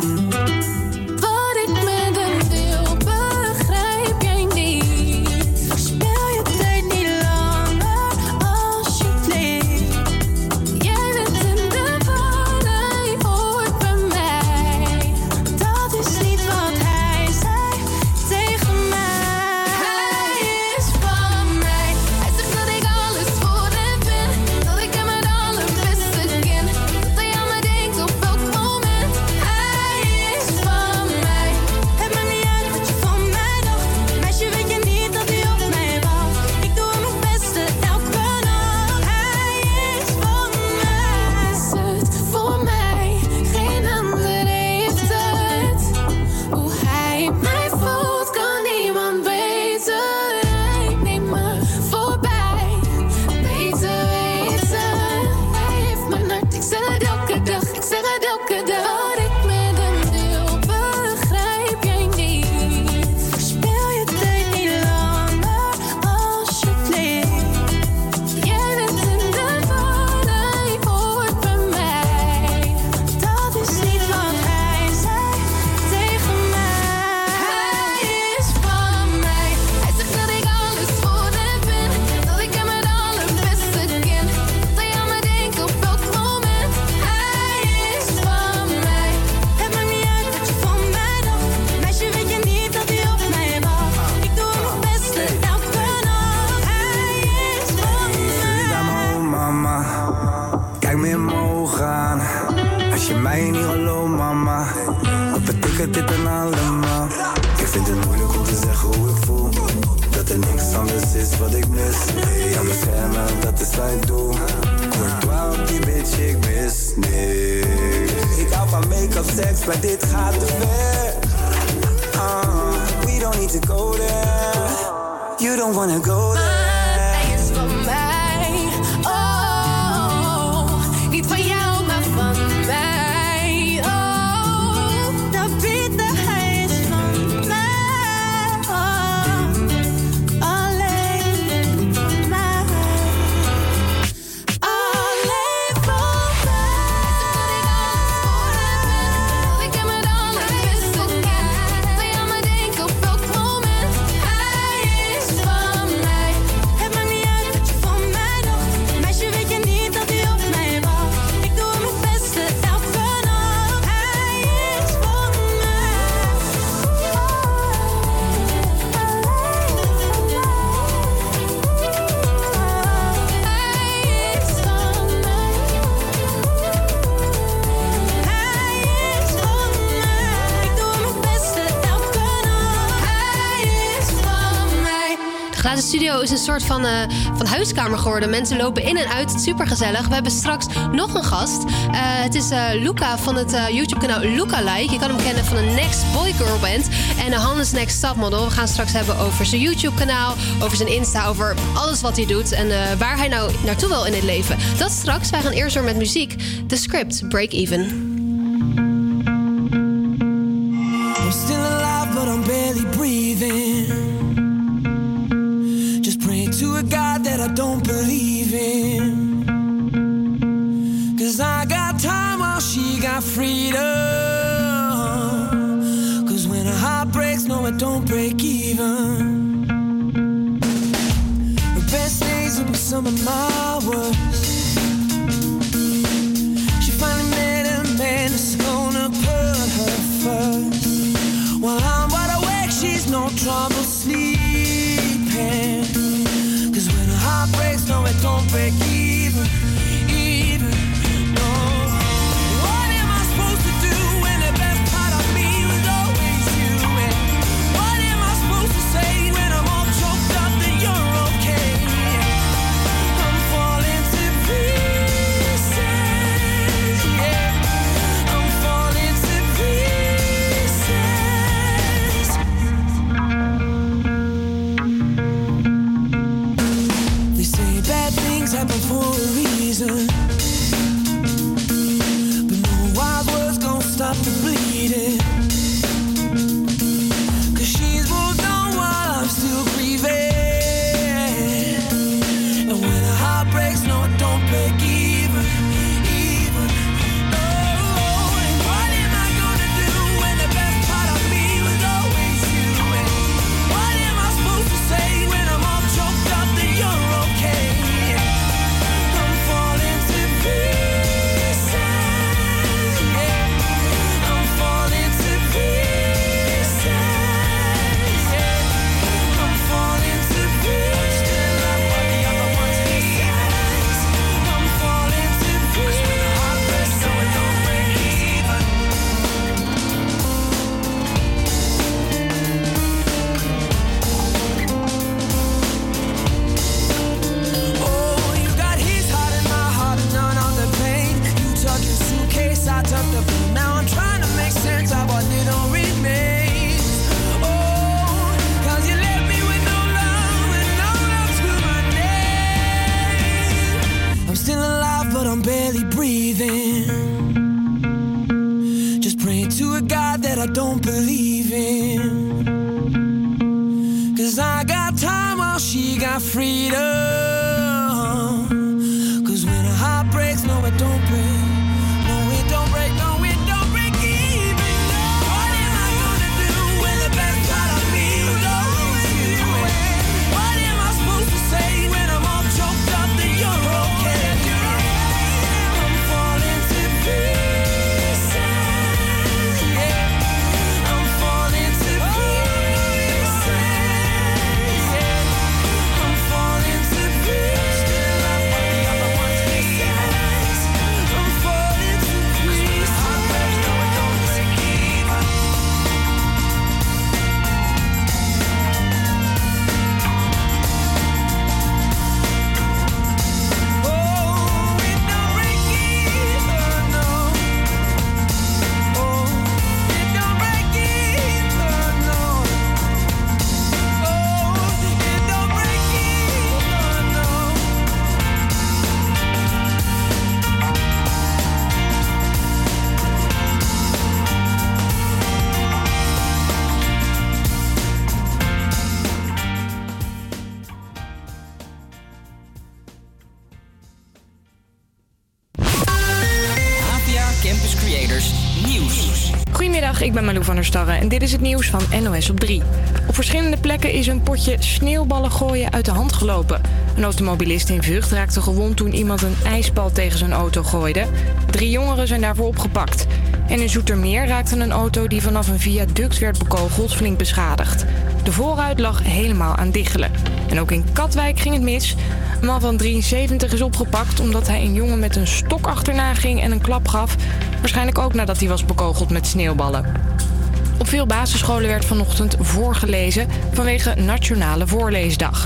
Wat ik met hem wil, begrijp jij niet. Verspil je tijd niet langer, alsjeblieft. Jij bent in de van, hij hoort bij mij. Dat is niet wat hij zei tegen mij. Hij is van mij. Hij zegt dat ik alles voor hem ben. Dat ik hem het allerbeste ken. Dat hij aan me denkt op elk moment. Hij is van mij. Het maakt niet uit wat je van mij dacht. Meisje, weet je niet dat hij op mij wacht. Ik doe hem het beste elke nacht. Hij is van mij. Is het voor mij? Geen ander heeft het. Hoe hij mij voelt kan niemand beter. Hij neemt me voorbij. Beter weten. Hij heeft mijn hart. Ik zeg het elke dag. Ik zeg het elke dag. Wat ik met hem wil, begrijp jij niet. Verspil je tijd niet langer, alsjeblieft. Jij bent in de van, hij hoort bij mij. Dat is niet wat hij zei tegen mij. Hij is van mij. Hij zegt dat ik alles voor hem ben. Dat ik hem het allerbeste ken. Dat hij aan me denkt op elk moment. Hij is van mij. Het maakt niet uit wat je van mij dacht. Meisje, weet je niet dat hij op mij wacht. Ik doe hem het beste elke nacht. Hij is van mij. Naar me om, mama. Kijk me in mijn ogen aan. Als je mij niet gelooft, mama. Wat betekent dit dan allemaal? Ik vind het moeilijk om te zeggen hoe ik voel. Dat er niks anders is wat ik mis. Ja, beschermen, dat is wat ik doe. Courtois op die bitch, ik mis niks. Ik hou van make-up, seks, maar dit gaat te ver. Uh, we don't need to go there. You don't wanna go there. Hij is van mij. Oh, niet van jou, maar van mij. Oh, dat bitte, hij is van mij. Oh, alleen van mij. Alleen van mij. studio is een soort van, uh, van huiskamer geworden. Mensen lopen in en uit, het is supergezellig. We hebben straks nog een gast. Uh, het is uh, Luca van het uh, YouTube-kanaal Luca Like. Je kan hem kennen van de Next Boy Girl Band en de Hannes Next Topmodel. We gaan straks hebben over zijn YouTube-kanaal, over zijn Insta, over alles wat hij doet en uh, waar hij nou naartoe wil in het leven. Dat straks. Wij gaan eerst door met muziek. The Script, Break Even. I'm still alive, but I'm barely breathing. Just pray to a God that I don't believe in. Cause I got time while she got freedom. Cause when a heart breaks, no, it don't break even. The best days will be some of my worst. She finally met a man that's gonna put her first. While I'm wide awake, she's no trouble sleeping. Cause when a heart breaks, no, it don't break even, even, no. What am I supposed to do when the best part of me was always you? And what am I supposed to say when I'm all choked up that you're okay? I'm falling to pieces, yeah. I'm falling to pieces. They say bad things happen for a reason, but no wild words gon' stop the bleeding. Cause she's moved on while I'm still grieving. And when a heart breaks, no, it don't break even, even, no. And what am I gonna do when the best part of me was always you? And what am I supposed to say when I'm all choked up that you're okay? I'm falling to pieces, yeah. I'm falling to pieces, yeah. I'm falling to pieces. Still love what the other ones miss. I'm falling to pieces. When the heart breaks, no, it don't break even. Oh, you got his heart and my heart and none of the pain. You took your suitcase, I took the blame. Now I'm trying to make sense of what little remains. Oh, cause you left me with no love and no love to my name. I'm still alive, but I'm barely breathing. Just praying to a God that I don't believe in. Cause I got time while she got freedom. Cause when a heart breaks, no, it don't break. No, it don't break, no, it don't break even. No. What am I gonna do when the best part of me was always you? What am I supposed to say when I'm all choked up that you're okay? I'm falling to pieces, yeah. I'm falling to pieces, yeah. I'm falling to pieces. Still love what the other ones miss. I'm falling to pieces. Heart breaks, no, it don't break even. Oh, it don't break even, no. Oh, it don't break even, no. Oh, it don't break even, no. Havia Campus Creators Nieuws. Goedemiddag, ik ben Malou van der Starre en dit is het nieuws van N O S op drie. Op verschillende plekken is een potje sneeuwballen gooien uit de hand gelopen. Een automobilist in Vught raakte gewond toen iemand een ijsbal tegen zijn auto gooide. Drie jongeren zijn daarvoor opgepakt. En in Zoetermeer raakte een auto die vanaf een viaduct werd bekogeld flink beschadigd. De voorruit lag helemaal aan diggelen. En ook in Katwijk ging het mis. Een man van drieënzeventig is opgepakt omdat hij een jongen met een stok achterna ging en een klap gaf. Waarschijnlijk ook nadat hij was bekogeld met sneeuwballen. Op veel basisscholen werd vanochtend voorgelezen vanwege Nationale Voorleesdag.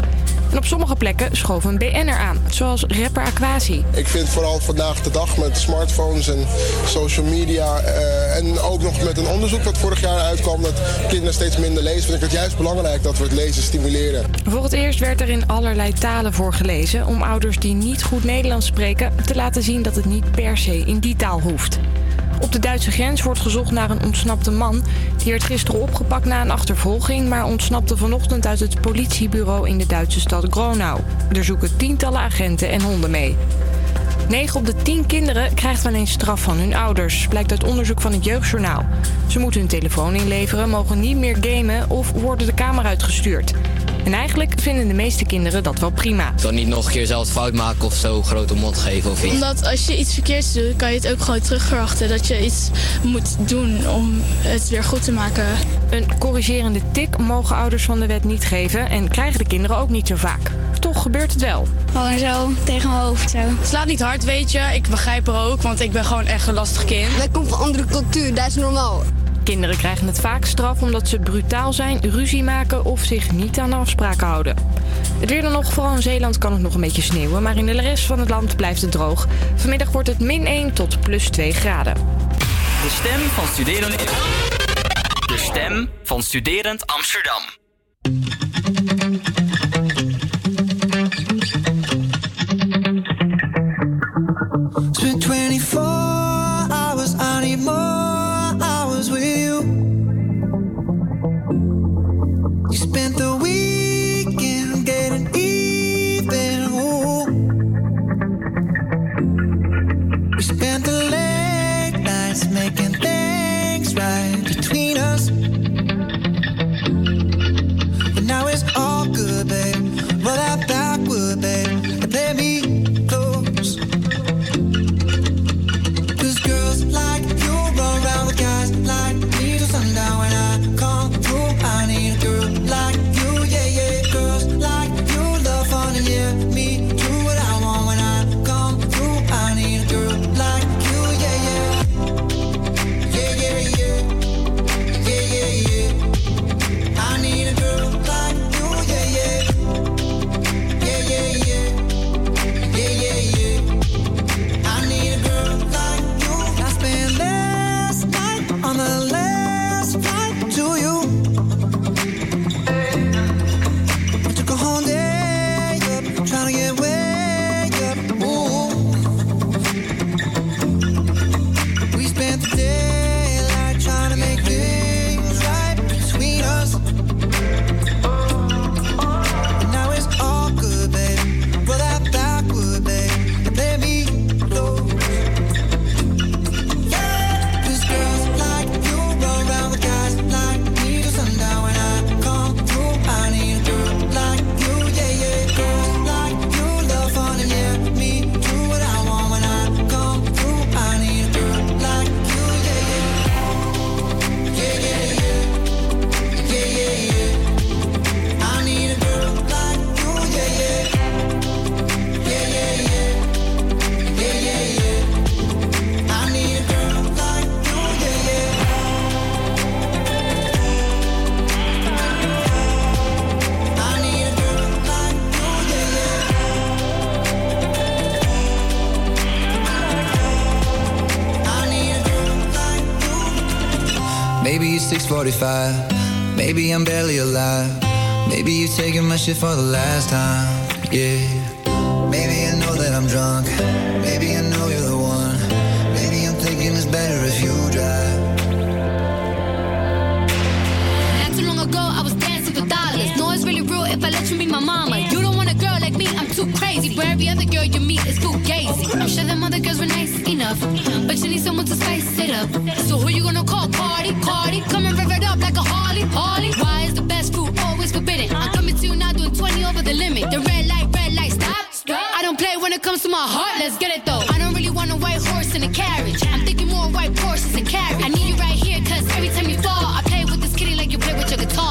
En op sommige plekken schoof een B N'er aan, zoals rapper Aquasi. Ik vind vooral vandaag de dag met smartphones en social media... Uh, en ook nog met een onderzoek wat vorig jaar uitkwam... dat kinderen steeds minder lezen, vind ik het juist belangrijk dat we het lezen stimuleren. Voor het eerst werd er in allerlei talen voorgelezen... om ouders die niet goed Nederlands spreken te laten zien dat het niet per se in die taal hoeft. Op de Duitse grens wordt gezocht naar een ontsnapte man. Die werd gisteren opgepakt na een achtervolging... maar ontsnapte vanochtend uit het politiebureau in de Duitse stad Gronau. Er zoeken tientallen agenten en honden mee. negen op de tien kinderen krijgt wel eens straf van hun ouders, blijkt uit onderzoek van het Jeugdjournaal. Ze moeten hun telefoon inleveren, mogen niet meer gamen of worden de kamer uitgestuurd. En eigenlijk vinden de meeste kinderen dat wel prima. Dan niet nog een keer zelf fout maken of zo grote mond geven of iets. Omdat als je iets verkeerds doet, kan je het ook gewoon terugverwachten. Dat je iets moet doen om het weer goed te maken. Een corrigerende tik mogen ouders van de wet niet geven en krijgen de kinderen ook niet zo vaak. Toch gebeurt het wel. Gewoon zo, tegen mijn hoofd zo. Het slaat niet hard, weet je. Ik begrijp er ook, want ik ben gewoon echt een lastig kind. Wij komen van een andere cultuur, dat is normaal. Kinderen krijgen het vaak straf omdat ze brutaal zijn, ruzie maken of zich niet aan de afspraken houden. Het weer dan nog, vooral in Zeeland kan het nog een beetje sneeuwen, maar in de rest van het land blijft het droog. Vanmiddag wordt het min één tot plus twee graden. De stem van Studerend... De stem van Studerend Amsterdam. Spent twenty-four hours, I need more hours with you. You spent the weekend getting even. Ooh. We spent the late nights making things right between us. But now it's all good, babe. Roll that backward, babe, and play me close. Girls like you run around with guys like me till sundown. When I come through, I need a girl like you, yeah, yeah. Girls like you love fun and yeah, me do what I want. When I come through, I need a girl like you, yeah, yeah. Yeah, yeah, yeah. Yeah, yeah, yeah. I need a girl like you, yeah, yeah. Yeah, yeah, yeah. Yeah, yeah, yeah. I need a girl like spent last night on the last flight to you. I took a whole day up, trying to get way up. Ooh. We spent the daylight trying to make things right between us. And now it's all good, babe. Roll that backward, babe, and play me close. Maybe it's six forty-five, maybe I'm barely alive. Maybe you're taking my shit for the last time, yeah. Maybe I know that I'm drunk, maybe I know you're the one. Maybe I'm thinking it's better if you drive. Not too long ago, I was dancing for dollars. No, it's really real if I let you be my mama. You don't want a girl like me, I'm too crazy. Where every other girl you meet is fugazi. I'm sure them other girls were nice enough, but you need someone to spice it up. So who you gonna call? Cardi, Cardi, come and rev it up like a Harley, Harley. Why is the best fruit always forbidden? I'm coming to you now doing twenty over the limit. The red light, red light, stop. I don't play when it comes to my heart, let's get it though. I don't really want a white horse in a carriage. I'm thinking more white horses and carriage. I need you right here, cause every time you fall, I play with this kitty like you play with your guitar.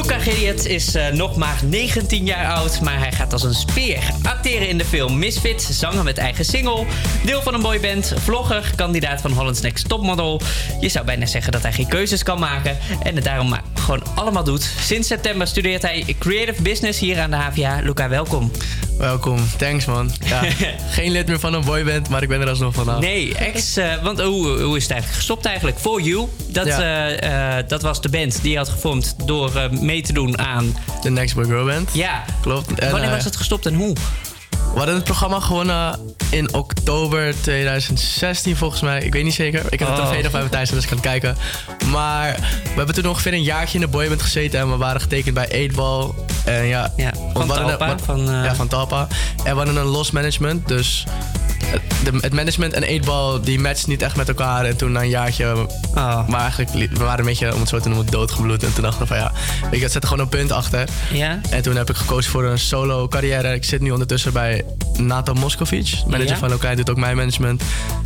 Luca Gilliat is uh, nog maar negentien jaar oud, maar hij gaat als een speer acteren in de film Misfits, zanger met eigen single, deel van een boyband, vlogger, kandidaat van Holland's Next Topmodel. Je zou bijna zeggen dat hij geen keuzes kan maken en het daarom maar gewoon allemaal doet. Sinds september studeert hij Creative Business hier aan de H V A. Luca, welkom. Welkom, thanks man. Ja, geen lid meer van een boyband, maar ik ben er alsnog vanaf. Nee, ex, uh, want hoe, hoe is het eigenlijk gestopt eigenlijk? For You, dat, Ja. uh, uh, dat was de band die je had gevormd door uh, mee te doen aan... De Next Boy Girl Band. Ja. Klopt. En, Wanneer uh, was het gestopt en hoe? We hadden het programma gewonnen in oktober tweeduizend zestien volgens mij. Ik weet niet zeker. Ik heb het Oh. trofee nog bij me thuis, dus ik kan kijken. Maar we hebben toen ongeveer een jaartje in de boyband gezeten. En we waren getekend bij eight ball. En ja, Ja, van we hadden Talpa, een- van, uh, Ja, van Talpa. En we hadden een los management. Dus het, de, het management en eight ball die matchten niet echt met elkaar. En toen na een jaartje... Oh. Maar eigenlijk, li- we waren een beetje, om het zo te noemen, doodgebloed. En toen dachten we van ja, weet je, het zet er gewoon een punt achter. Ja. En toen heb ik gekozen voor een solo carrière. Ik zit nu ondertussen bij Nathan Moskovic. Manager Ja. van Lokai, doet ook mijn management.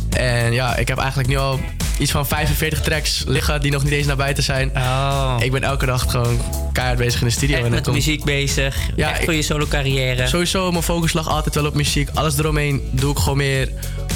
En ja, ik heb eigenlijk nu al iets van vijfenveertig tracks liggen die nog niet eens naar buiten zijn. Oh. Ik ben elke dag gewoon keihard bezig in de studio. Echt en met dan komt- muziek bezig, Ja, echt ik- voor je solo carrière. Sowieso, mijn focus lag altijd wel op muziek. Alles eromheen doe ik gewoon meer...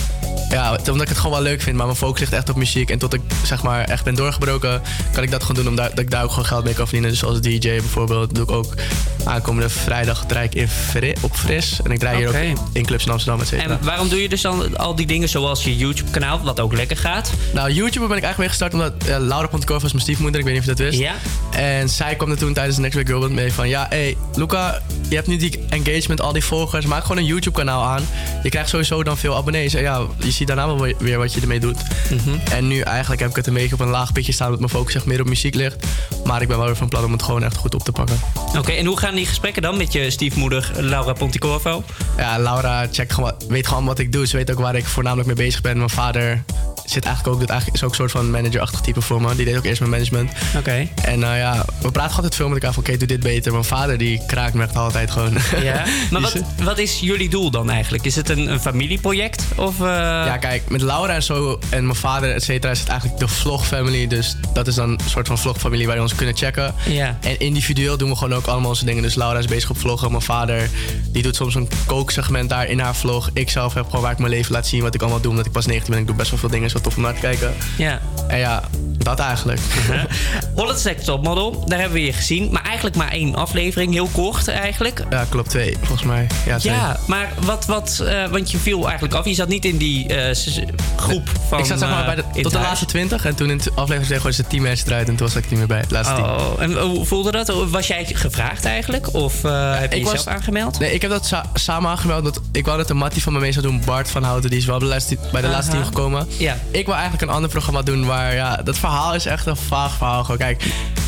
Ja, omdat ik het gewoon wel leuk vind, maar mijn focus ligt echt op muziek. En tot ik zeg maar echt ben doorgebroken, kan ik dat gewoon doen omdat ik daar ook gewoon geld mee kan verdienen. Dus als D J bijvoorbeeld doe ik ook aankomende vrijdag draai ik in Fri- op Fris. En ik draai hier Oké. ook in clubs in Amsterdam, et cetera. En waarom doe je dus dan al die dingen zoals je YouTube-kanaal, wat ook lekker gaat? Nou, YouTuber ben ik eigenlijk mee gestart omdat uh, Laura Pontecorvo was mijn stiefmoeder. Ik weet niet of je dat wist. Ja. En zij kwam er toen tijdens de Next Big Girl Band mee van... Ja, hé, hey, Luca, je hebt nu die engagement, al die volgers. Maak gewoon een YouTube-kanaal aan. Je krijgt sowieso dan veel abonnees. En ja, je ziet daarna wel weer wat je ermee doet. Mhm. En nu eigenlijk heb ik het een beetje op een laag pitje staan... omdat mijn focus echt meer op muziek ligt. Maar ik ben wel weer van plan om het gewoon echt goed op te pakken. Oké, en hoe gaan die gesprekken dan met je stiefmoeder Laura Pontecorvo? Ja, Laura checkt gewoon, weet gewoon wat ik doe. Ze weet ook waar ik voornamelijk mee bezig ben. Mijn vader zit eigenlijk ook, doet eigenlijk, is ook een soort van manager-achtig type voor me. Die deed ook eerst mijn management. Oké. En uh, ja, we praten altijd veel met elkaar van... oké, doe dit beter. Mijn vader die kraakt me echt altijd gewoon. Ja, maar Die wat, wat is jullie doel dan eigenlijk? Is het een, een familieproject? Of, uh... Ja, kijk, met Laura en zo en mijn vader, et cetera, is het eigenlijk de vlogfamily. Dus dat is dan een soort van vlogfamilie waar je ons kunnen checken. Ja. En individueel doen we gewoon ook allemaal onze dingen. Dus Laura is bezig op vloggen. Mijn vader, die doet soms een kooksegment daar in haar vlog. Ik zelf heb gewoon waar ik mijn leven laat zien, wat ik allemaal doe. Omdat ik pas negentien ben, ik doe best wel veel dingen. Is wel tof om naar te kijken. Ja. En ja, dat eigenlijk. Holland's Next Topmodel, daar hebben we je gezien. Maar eigenlijk maar één aflevering, heel kort eigenlijk. Ja, klopt, twee volgens mij. Ja, twee. Ja, maar wat, wat uh, want je viel eigenlijk af. Je zat niet in die uh, s- groep van... Ik zat zeg maar bij de, uh, in tot de het laatste huis. twintig. En toen in de aflevering gooiden ze tien mensen eruit. En toen was ik niet meer bij het laatste team. Oh, en hoe voelde dat? Was jij gevraagd eigenlijk? Of uh, heb je Ik jezelf was- aangemeld? Nee, ik heb dat sa- samen aangemeld. Dat ik wou dat een mattie van me mee zou doen. Bart van Houten. Die is wel bij de laatste, bij de laatste Aha. team gekomen. Ja. Ik wil eigenlijk een ander programma doen waar... Ja, dat verhaal is echt een vaag verhaal. Gewoon, kijk,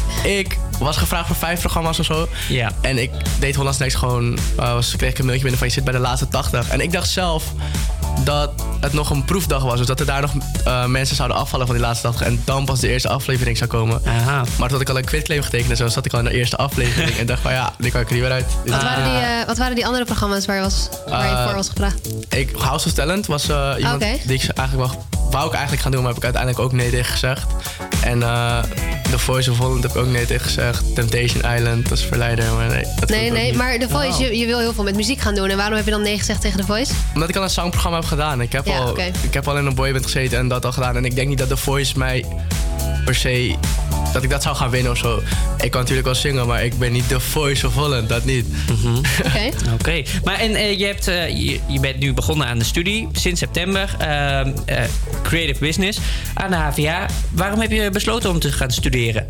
ik was gevraagd voor vijf programma's of zo. Ja. En ik deed Holland's Next gewoon... Uh, was, kreeg ik een mailtje binnen van je zit bij de laatste tachtig. En ik dacht zelf dat het nog een proefdag was. Dus dat er daar nog uh, mensen zouden afvallen van die laatste tachtig. En dan pas de eerste aflevering zou komen. Aha. Maar toen ik al een quitclaim getekend en zo, zat ik al in de eerste aflevering. En dacht van ja, die kan ik er niet meer uit. Dus Wat waren, die, uh, wat waren die andere programma's waar je, was, waar je Uh, voor was gevraagd? Ik, House of Talent was uh, iemand Oké. die ik eigenlijk wel, wou ik eigenlijk gaan doen, maar heb ik uiteindelijk ook nee tegen gezegd. En uh, The Voice of Holland heb ik ook nee tegen gezegd. Temptation Island, dat is verleider, maar nee. Dat Nee, vond ik ook nee, niet. maar The Voice, Oh. je, je wil heel veel met muziek gaan doen. En waarom heb je dan nee gezegd tegen The Voice? Omdat ik al een zangprogramma heb gedaan. Ik heb, Ja, al, oké. ik heb al in een boyband gezeten en dat al gedaan. En ik denk niet dat The Voice mij per se... dat ik dat zou gaan winnen of zo. Ik kan natuurlijk wel zingen, maar ik ben niet The Voice of Holland. Dat niet. Oké. Oké, maar en uh, je, hebt, uh, je, je bent nu begonnen aan de studie sinds september. Uh, uh, creative Business aan de H V A. Waarom heb je besloten om te gaan studeren?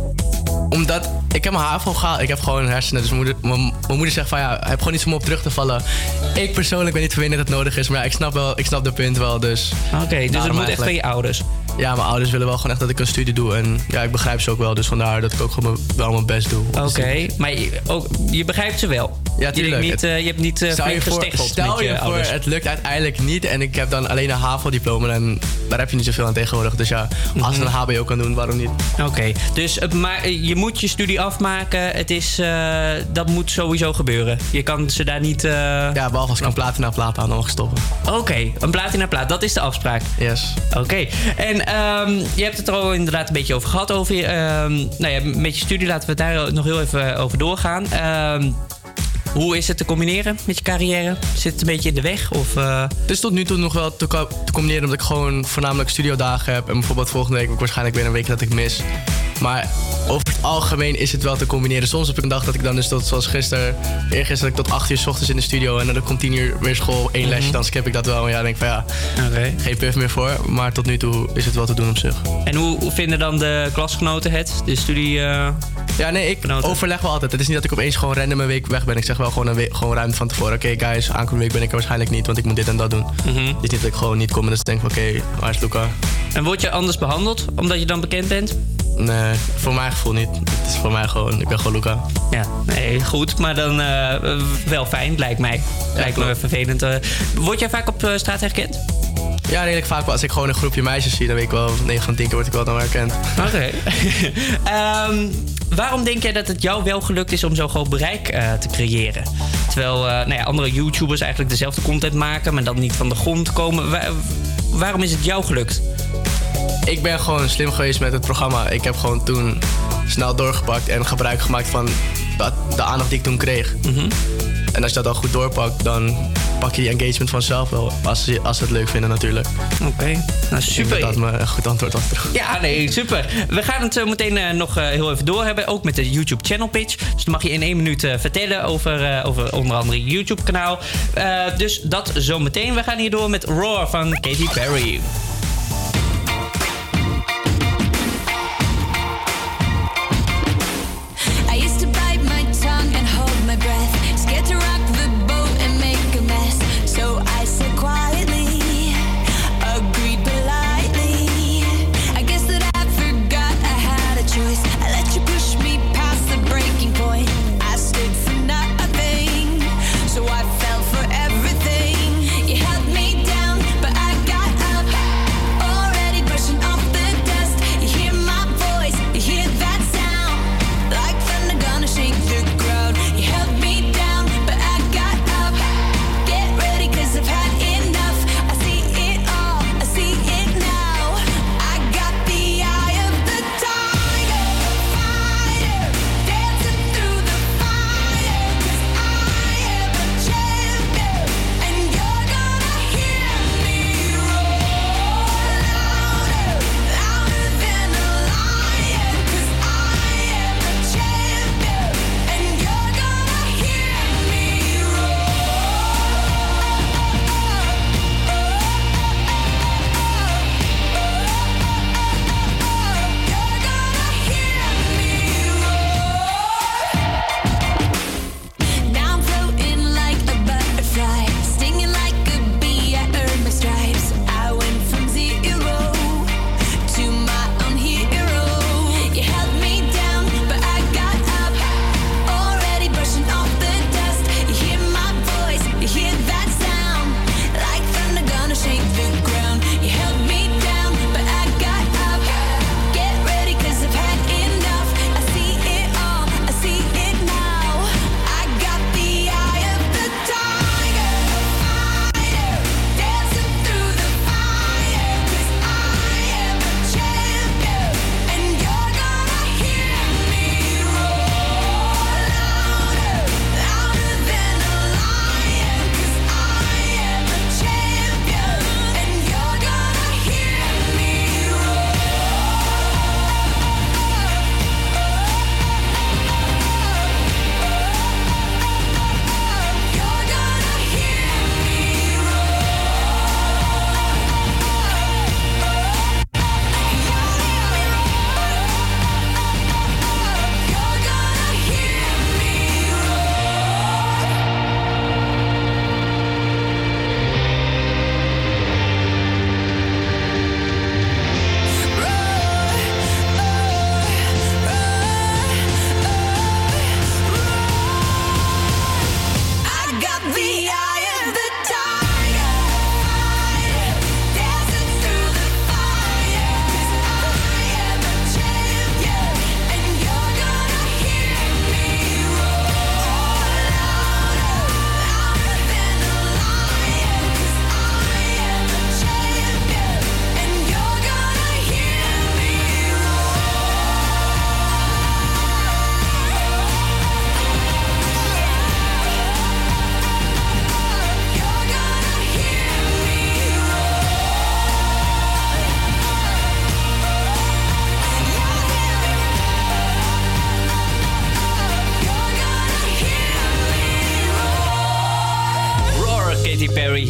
Omdat ik heb mijn HAVO gehaald. Ik heb gewoon hersenen. Dus mijn moeder, mijn, mijn moeder zegt van ja, heb gewoon iets om op terug te vallen. Ik persoonlijk ben niet verwend dat het nodig is. Maar ja, ik snap, wel, ik snap de punt wel. Dus Oké, okay, dus het moet echt van je ouders? Ja, mijn ouders willen wel gewoon echt dat ik een studie doe. En ja, ik begrijp ze ook wel. Dus vandaar dat ik ook gewoon mijn, wel mijn best doe. Oké, okay, maar je, ook, je begrijpt ze wel? Ja, tuurlijk. Je, niet, uh, je hebt niet uh, flink gesteggeld Stel met je, je voor, ouders. het lukt uiteindelijk niet. En ik heb dan alleen een HAVO-diploma. En daar heb je niet zoveel aan tegenwoordig. Dus ja, als je een H B O kan doen, waarom niet? Oké, okay, dus uh, maar je moet je studie afmaken. Het is, uh, dat moet sowieso gebeuren. Je kan ze daar niet... Uh... Ja, behalve als ik een platina plaat aan, dan mag ik stoppen. Oké, okay, een platina plaat, dat is de afspraak. Yes. Oké, okay. En um, je hebt het er al inderdaad een beetje over gehad. Over, um, nou ja, met je studie laten we het daar nog heel even over doorgaan. Um, Hoe is het te combineren met je carrière? Zit het een beetje in de weg? Of, uh... Het is tot nu toe nog wel te, co- te combineren omdat ik gewoon voornamelijk studiodagen heb. En bijvoorbeeld volgende week heb ik waarschijnlijk weer een week dat ik mis. Maar over het algemeen is het wel te combineren. Soms heb ik een dag dat ik dan dus tot, zoals gisteren, eergisteren dat ik tot acht uur 's ochtends in de studio. En dan komt tien uur weer school, één lesje. Dan skip ik dat wel. En ja, dan denk ik van ja, okay. geen puff meer voor. Maar tot nu toe is het wel te doen op zich. En hoe, hoe vinden dan de klasgenoten het? De studie... Uh... Ja, nee, ik Genoten. overleg wel altijd. Het is niet dat ik opeens gewoon random een week weg ben. Ik zeg wel gewoon een week, gewoon ruim van tevoren. Oké, okay, guys, aankomende week ben ik er waarschijnlijk niet, want ik moet dit en dat doen. Mm-hmm. Het is niet dat ik gewoon niet kom en dus denk van oké, okay, waar is Luca? En word je anders behandeld omdat je dan bekend bent? Nee, voor mijn gevoel niet. Het is voor mij gewoon, ik ben gewoon Luca. Ja, nee, goed. Maar dan uh, wel fijn, lijkt mij. Ja, lijkt me vervelend. Uh, word jij vaak op uh, straat herkend? Ja, redelijk vaak wel. Als ik gewoon een groepje meisjes zie, dan weet ik wel, negen van tien keer word ik wel dan herkend. Oké. Okay. um, waarom denk jij dat het jou wel gelukt is om zo groot bereik uh, te creëren? Terwijl uh, nou ja, andere YouTubers eigenlijk dezelfde content maken, maar dan niet van de grond komen. Wa- waarom is het jou gelukt? Ik ben gewoon slim geweest met het programma. Ik heb gewoon toen snel doorgepakt en gebruik gemaakt van de, de aandacht die ik toen kreeg. Mm-hmm. En als je dat dan goed doorpakt, dan pak je die engagement vanzelf wel. Als ze, als ze het leuk vinden natuurlijk. Oké, okay. Nou super. Dat me een goed antwoord achter. Ja, nee, super. We gaan het zo meteen uh, nog uh, heel even door hebben. Ook met de YouTube channel pitch. Dus dan mag je in één minuut uh, vertellen over, uh, over onder andere je YouTube kanaal. Uh, dus dat zo meteen. We gaan hier door met Roar van Katy Perry. So I fell for everything. You held me down, but I got up.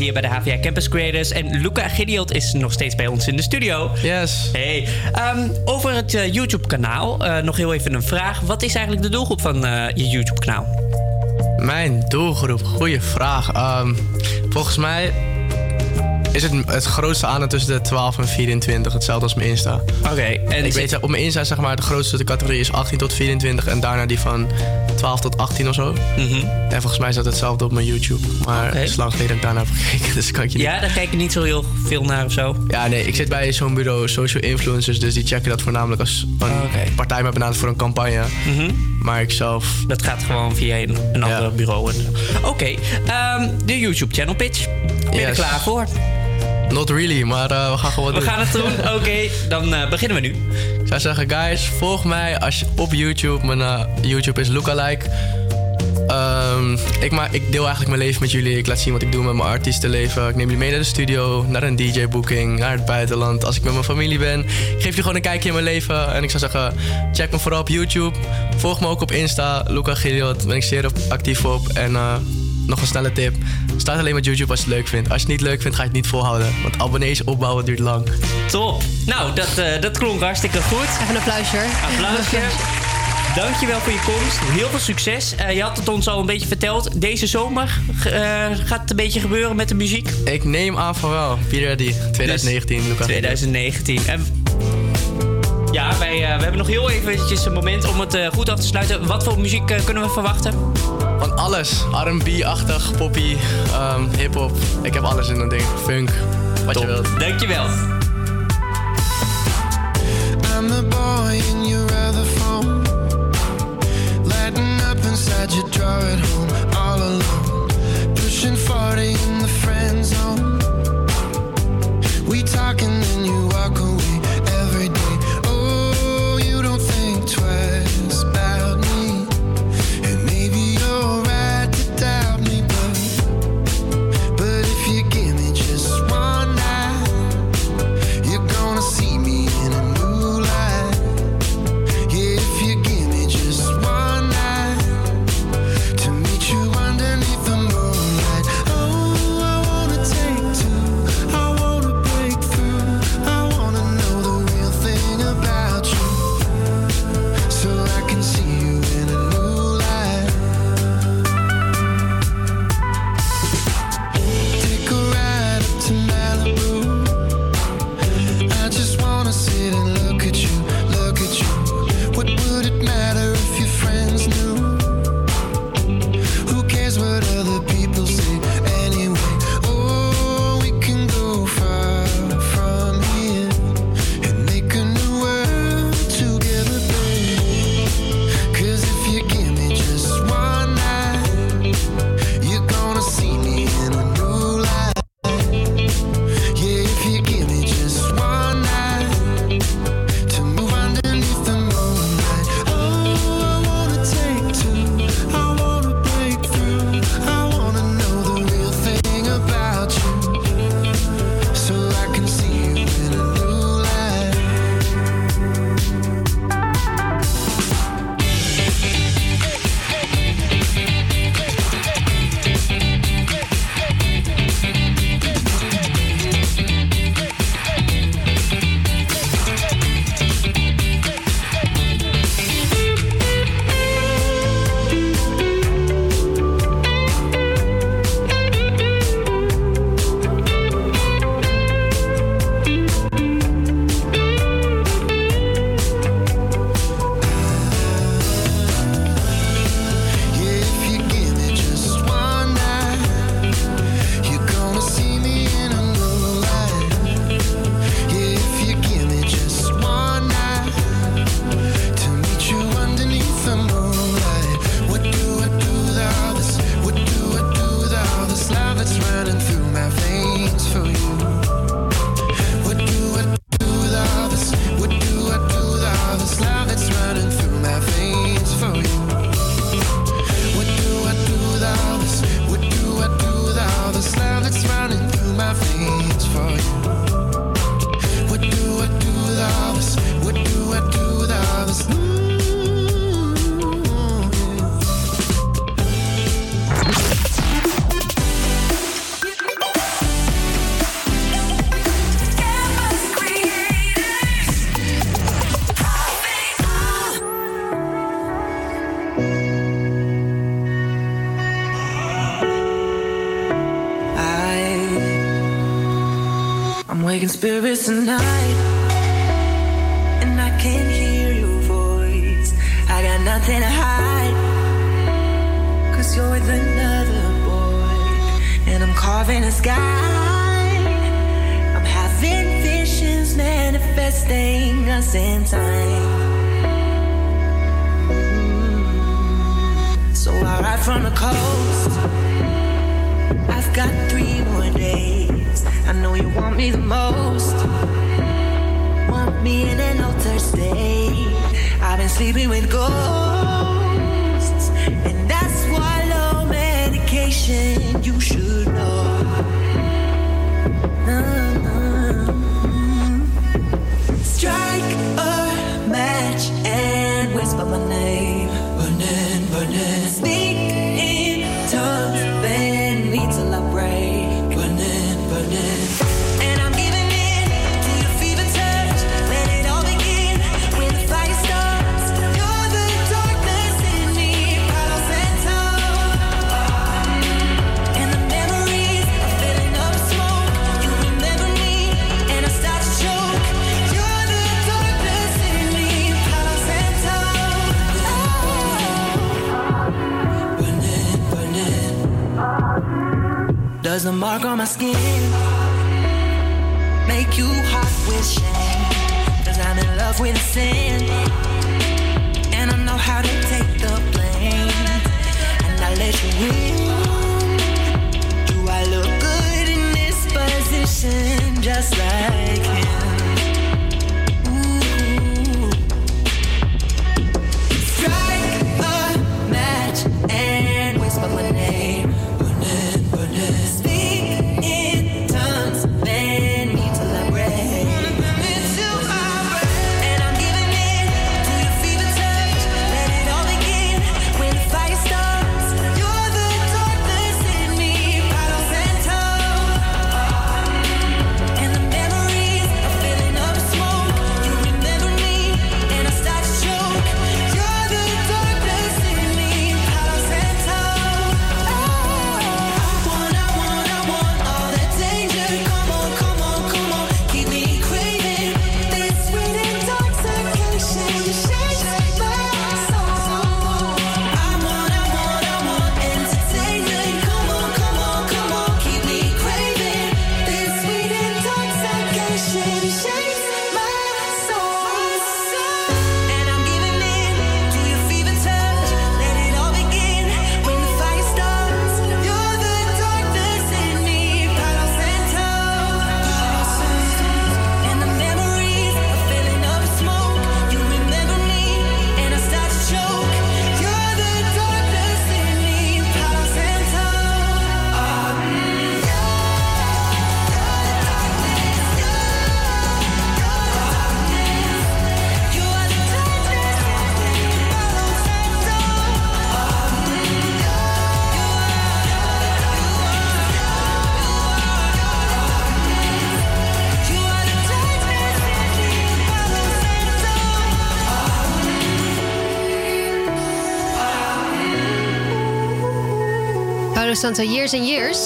hier bij de H V A Campus Creators. En Luca Gideot is nog steeds bij ons in de studio. Yes. Hey. Um, over het uh, YouTube-kanaal. Uh, nog heel even een vraag. Wat is eigenlijk de doelgroep van uh, je YouTube-kanaal? Mijn doelgroep, goede vraag. Um, volgens mij is het het grootste aan tussen de twaalf en vierentwintig. Hetzelfde als mijn Insta. Oké. Okay, en ik weet, op mijn Insta zeg maar, de grootste categorie is achttien tot vierentwintig. En daarna die van twaalf tot achttien of zo. Mm-hmm. En volgens mij is dat hetzelfde op mijn YouTube. Maar okay. Het is lang geleden dat ik daarna heb gekeken. Dus kan ik je niet... Ja, daar kijk je niet zo heel veel naar of zo? Ja, nee. Ik zit bij zo'n bureau social influencers. Dus die checken dat voornamelijk als een oh, okay. partij me benadert voor een campagne. Mm-hmm. Maar ik zelf... Dat gaat gewoon via een, een ja. ander bureau. Oké. Okay. Um, de YouTube channel pitch. Ben je yes. er klaar voor? Not really, maar uh, we gaan gewoon We doen. gaan het doen. Oké, okay, dan uh, beginnen we nu. Ik zou zeggen, guys, volg mij als je op YouTube. Mijn uh, YouTube is Lookalike. Um, ik, ma- ik deel eigenlijk mijn leven met jullie. Ik laat zien wat ik doe met mijn artiestenleven. Ik neem jullie mee naar de studio, naar een D J-booking, naar het buitenland. Als ik met mijn familie ben, ik geef jullie gewoon een kijkje in mijn leven. En ik zou zeggen, check me vooral op YouTube. Volg me ook op Insta, Luca Gideot. Daar ben ik zeer actief op. En uh, nog een snelle tip. Start alleen met YouTube als je het leuk vindt. Als je het niet leuk vindt, ga je het niet volhouden. Want abonnees opbouwen duurt lang. Top. Nou, dat, uh, dat klonk hartstikke goed. Even een applausje. Applausje. Dankjewel voor je komst. Heel veel succes. Uh, je had het ons al een beetje verteld. Deze zomer uh, gaat het een beetje gebeuren met de muziek? Ik neem aan van wel. Be ready. twintig negentien. Dus twintig negentien. En ja, wij, uh, we hebben nog heel eventjes een moment om het uh, goed af te sluiten. Wat voor muziek uh, kunnen we verwachten? Van alles. R en B-achtig, poppy, um, hip-hop. Ik heb alles in een ding. Funk. Wat Top. Je wilt. Dankjewel. I'm the boy in your other phone. Lighting up inside your drawer at home. All alone. Pushing forty in the friend zone. We talk and then you walk away every day. Oh, you don't think twice about me. And maybe you're right to doubt me, but But if you give me just one night, you're gonna see me in a new light. Broken spirits tonight, and I can't hear your voice. I got nothing to hide, cause you're with another boy, and I'm carving a sky. I'm having visions manifesting us in time. Mm. So I ride from the coast, I've got three more days. I know you want me the most, want me in an altered state. I've been sleeping with ghosts, and that's why low medication you should know. Uh-huh. Strike a match and whisper my name. Burning, burning. Speak in tongues, bend me till I break. And I'm giving in to your fever touch. Let it all begin when the fire starts. You're the darkness in me, Palo Santo. And the memories are filling up smoke. You remember me, and I start to choke. You're the darkness in me, Palo Santo. Oh. Burning, burning. Does the mark on my skin make you hot with shame? Cause I'm in love with sin, and I know how to take the blame, and I let you win. Do I look good in this position, just like him? Ooh. Strike a match and whisper my name. Burning, burning. Speak in tongues, bend me till I break. And I'm giving in to your fever touch. Let it all begin when the fire starts. You're the darkness in me, Palo Santo. And the memories are filling up smoke. You remember me, and I start to choke. You're the darkness in me, Palo Santo. Oh, I want, I want, I want all that danger. Come on, come on, come on, keep me craving this sweet intoxication. You shake my soul. I want, I want, I want entertainment. Come on, come on, come on, keep me craving this sweet intoxication. You shake my soul. And I'm giving in to your fever touch. Let it all begin when the fire starts. You're the darkness in me, Palo Santo. And the memories are filling up smoke. You remember me, and I start to choke. You're the darkness in me, Palo Santo. Palo Santo, Years and Years.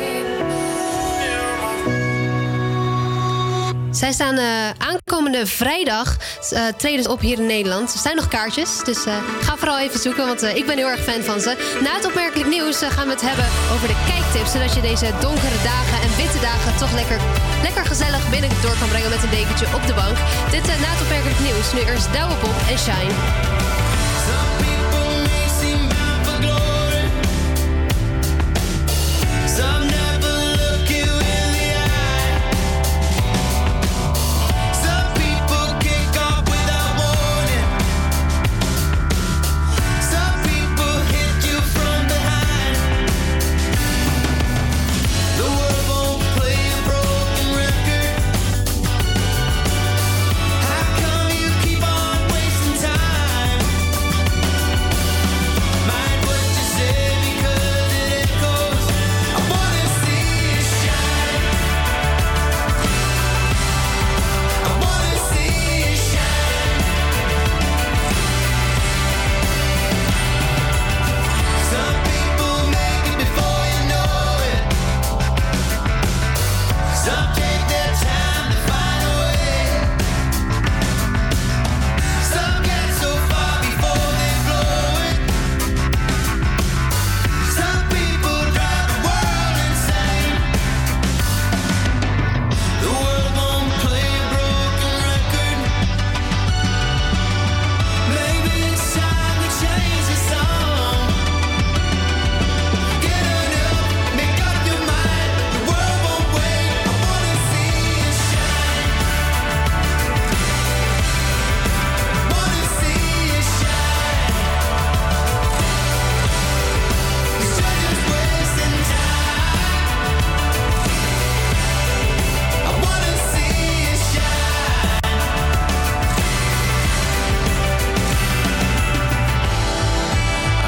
Zij staan uh, aankomende vrijdag uh, treden ze op hier in Nederland. Er zijn nog kaartjes, dus uh, ga vooral even zoeken, want uh, ik ben heel erg fan van ze. Na het opmerkelijk nieuws uh, gaan we het hebben over de kijktips, zodat je deze donkere dagen en witte dagen toch lekker, lekker gezellig binnen door kan brengen met een dekentje op de bank. Dit uh, na het opmerkelijk nieuws. Nu eerst Douwe Bob en Shine. Some never look you in the eye. Some people kick off without warning. Some people hit you from behind. The world won't play a broken record. How come you keep on wasting time?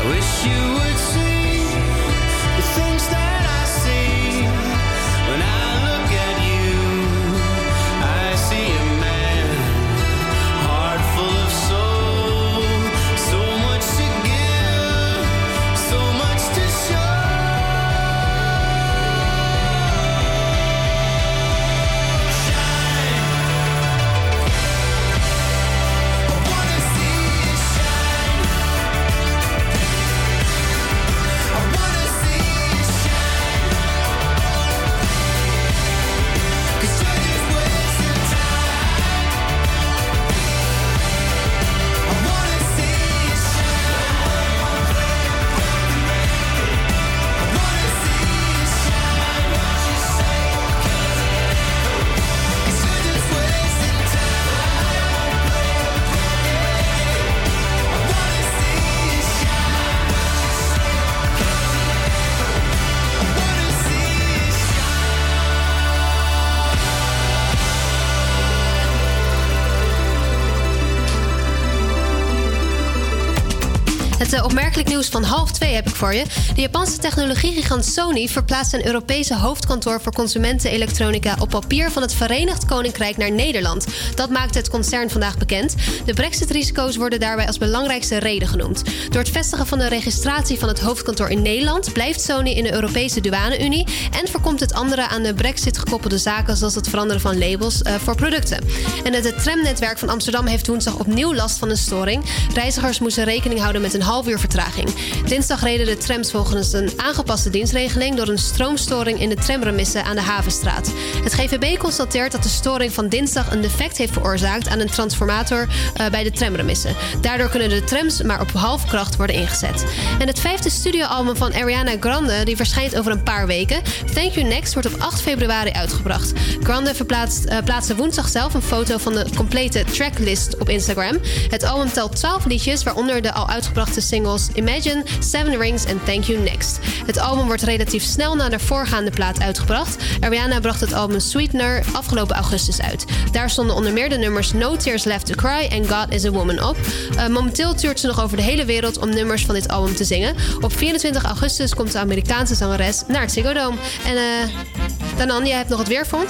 wish you would see the things that I see when I look at you. I see a man, heart full of soul, so much to give, so much to show. Het uh, opmerkelijk nieuws van half twee heb ik voor je. De Japanse technologiegigant Sony verplaatst een Europese hoofdkantoor voor consumentenelektronica op papier van het Verenigd Koninkrijk naar Nederland. Dat maakte het concern vandaag bekend. De Brexit-risico's worden daarbij als belangrijkste reden genoemd. Door het vestigen van de registratie van het hoofdkantoor in Nederland blijft Sony in de Europese douane-Unie en voorkomt het andere aan de Brexit gekoppelde zaken zoals het veranderen van labels uh, voor producten. En het tramnetwerk van Amsterdam heeft woensdag opnieuw last van een storing. Reizigers moesten rekening houden met een half uur vertraging. Dinsdag reden de trams volgens een aangepaste dienstregeling door een stroomstoring in de tramremissen aan de Havenstraat. Het G V B constateert dat de storing van dinsdag een defect heeft veroorzaakt aan een transformator uh, bij de tramremissen. Daardoor kunnen de trams maar op half kracht worden ingezet. En het vijfde studioalbum van Ariana Grande, die verschijnt over een paar weken, Thank You Next, wordt op acht februari uitgebracht. Grande verplaatst, uh, plaatste woensdag zelf een foto van de complete tracklist op Instagram. Het album telt twaalf liedjes, waaronder de al uitgebrachte singles Imagine, Seven Rings en Thank You Next. Het album wordt relatief snel na de voorgaande plaat uitgebracht. Ariana bracht het album Sweetener afgelopen augustus uit. Daar stonden onder meer de nummers No Tears Left to Cry en God is a Woman op. Uh, momenteel toert ze nog over de hele wereld om nummers van dit album te zingen. Op vierentwintig augustus komt de Amerikaanse zangeres naar het Ziggo Dome. En uh, Danan, jij hebt nog het weer voor ons?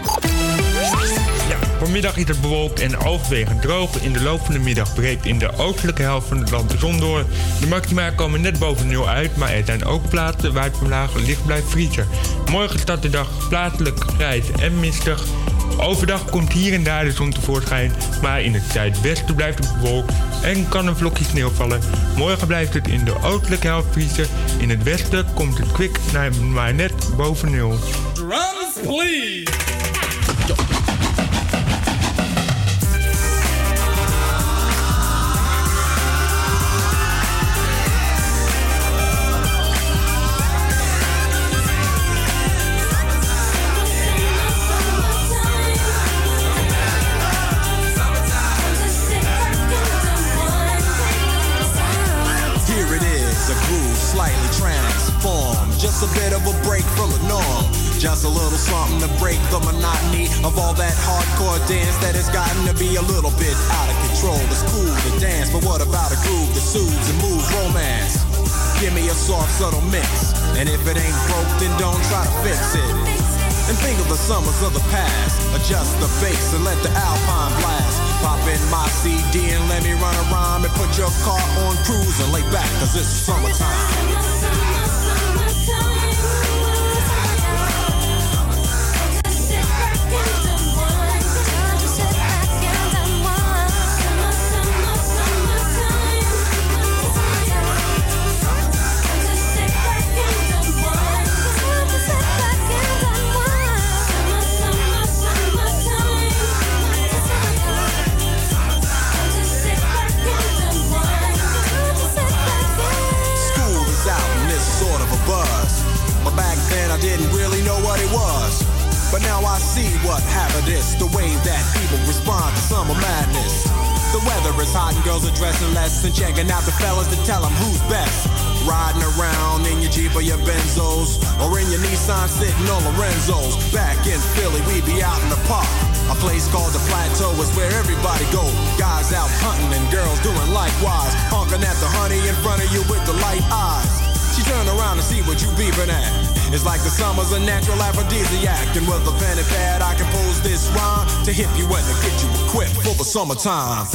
Ja, vanmiddag is het bewolkt en overwegend droog. In de loop van de middag breekt in de oostelijke helft van het land de zon door. De maxima komen net boven nul uit, maar er zijn ook plaatsen waar het vandaag licht blijft vriezen. Morgen staat de dag plaatselijk grijs en mistig. Overdag komt hier en daar de zon tevoorschijn, maar in het zuidwesten blijft het bewolkt en kan een vlokje sneeuw vallen. Morgen blijft het in de oostelijke helft vriezen. In het westen komt het kwik naar maar net boven nul. Drums, please! Slightly transformed, just a bit of a break from the norm. Just a little something to break the monotony of all that hardcore dance that has gotten to be a little bit out of control. It's cool to dance, but what about a groove that soothes and moves romance? Give me a soft, subtle mix, and if it ain't broke, then don't try to fix it. And think of the summers of the past. Adjust the bass and let the Alpine blast. Pop in my C D and let me run a rhyme and put your car on cruise and lay back, cause it's summertime. I didn't really know what it was, but now I see what happened is the way that people respond to summer madness. The weather is hot and girls are dressing less and checking out the fellas to tell them who's best. Riding around in your Jeep or your Benzos, or in your Nissan sitting on Lorenzo's. Back in Philly, we be out in the park. A place called the Plateau is where everybody go. Guys out hunting and girls doing likewise. Honking at the honey in front of you with the light waving at. It's like the summer's a natural aphrodisiac. And with a pen and pad, I compose this rhyme to hip you and to get you equipped for the summertime.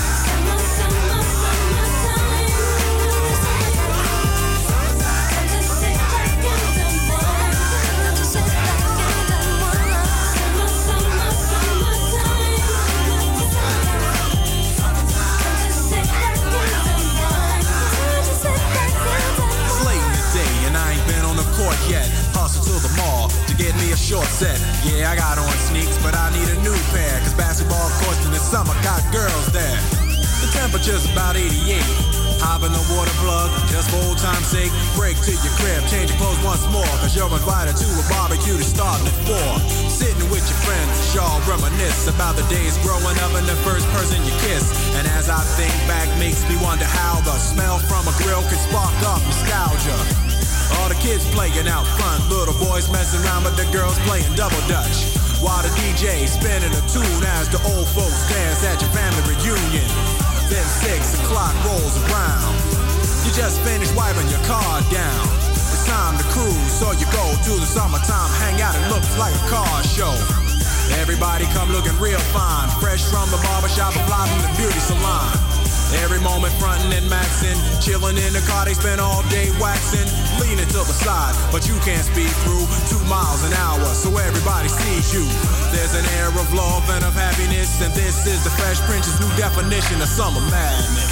Yet, hustle to the mall to get me a short set. Yeah, I got on sneaks, but I need a new pair. Cause basketball courts in the summer got girls there. The temperature's about eighty-eight. Hop in the water plug, just for old time's sake. Break to your crib, change your clothes once more. Cause you're invited to a barbecue that's starting at four. Sitting with your friends, y'all reminisce about the days growing up and the first person you kiss. And as I think back, makes me wonder how the smell from a grill can spark up nostalgia. All the kids playing out front, little boys messing around, but the girls playing double dutch. While the D J spinning a tune as the old folks dance at your family reunion. Then six o'clock rolls around. You just finished wiping your car down. It's time to cruise, so you go to the summertime hangout. It looks like a car show. Everybody come looking real fine, fresh from the barbershop, or fly from the beauty salon. Every moment frontin' and maxin', chillin' in the car, they spend all day waxin', leaning to the side, but you can't speed through two miles an hour, so everybody sees you. There's an air of love and of happiness, and this is the Fresh Prince's new definition of summer madness.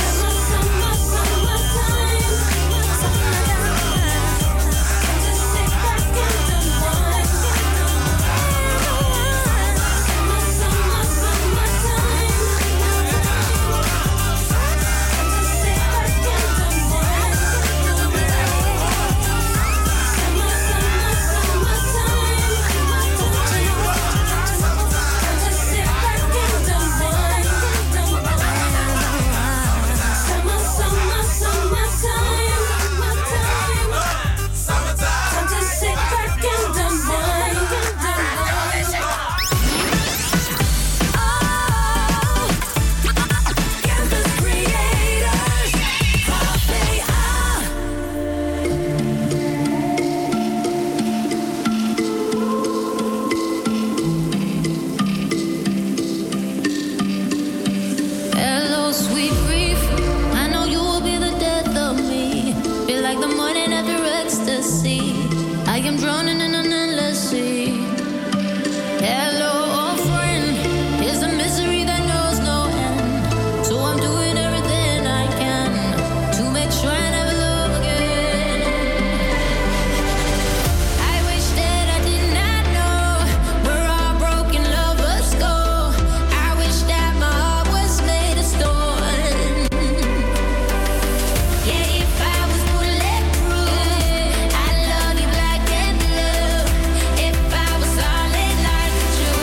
If I was solid like a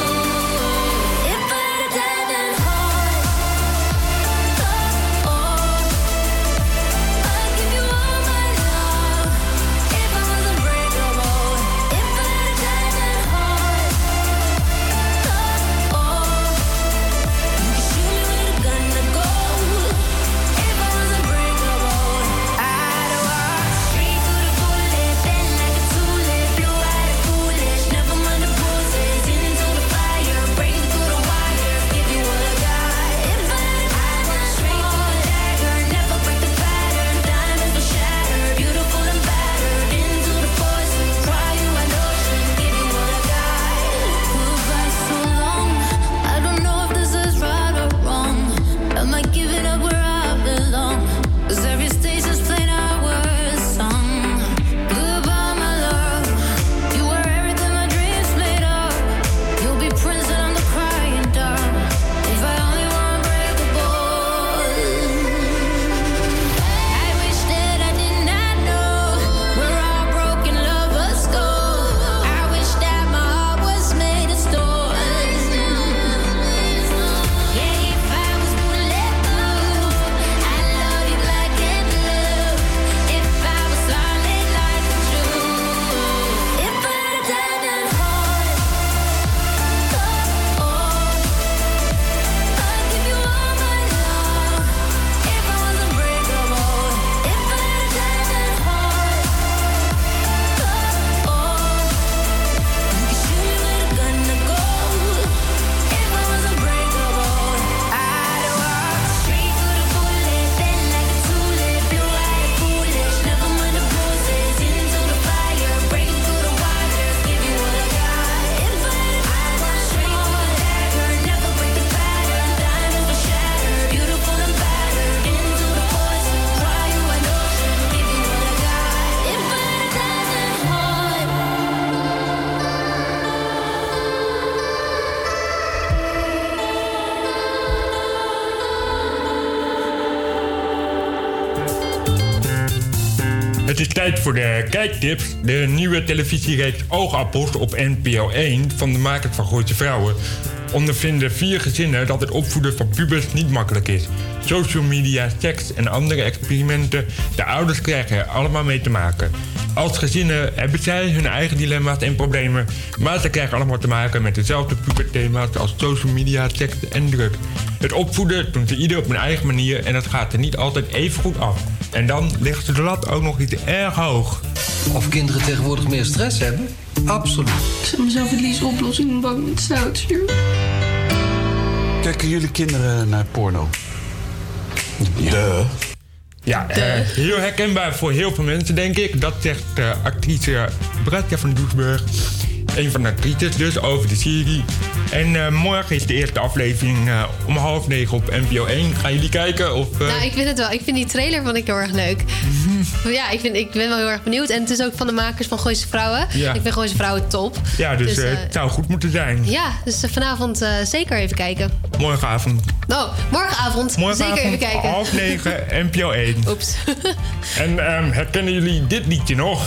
Het is tijd voor de kijktips. De nieuwe televisiereeks Oogappels op N P O één van de makers van Gooise Vrouwen ondervinden vier gezinnen dat het opvoeden van pubers niet makkelijk is. Social media, seks en andere experimenten, de ouders krijgen er allemaal mee te maken. Als gezinnen hebben zij hun eigen dilemma's en problemen, maar ze krijgen allemaal te maken met dezelfde puberthema's als social media, seks en drugs. Het opvoeden doen ze ieder op hun eigen manier en dat gaat er niet altijd even goed af. En dan leggen ze de lat ook nog iets erg hoog. Of kinderen tegenwoordig meer stress hebben? Absoluut. Ik zet mezelf het liefst oplossing in bank met stoutstuur. Kijken jullie kinderen naar porno? Ja. Ja, uh, heel herkenbaar voor heel veel mensen, denk ik. Dat zegt uh, actrice Bratja van Doesburg. Een van de actrices dus, over de serie. En uh, morgen is de eerste aflevering uh, om half negen op N P O één. Gaan jullie kijken? Of, uh... Nou, ik vind het wel. Ik vind die trailer vond ik heel erg leuk. Ja, ik, vind, ik ben wel heel erg benieuwd. En het is ook van de makers van Gooise Vrouwen. Ja. Ik vind Gooise Vrouwen top. Ja, dus, dus uh, uh, het zou goed moeten zijn. Ja, dus uh, vanavond uh, zeker even kijken. Morgenavond. Oh, morgenavond. Morgenavond zeker even kijken. half negen, N P O één. Oeps. En um, herkennen jullie dit liedje nog?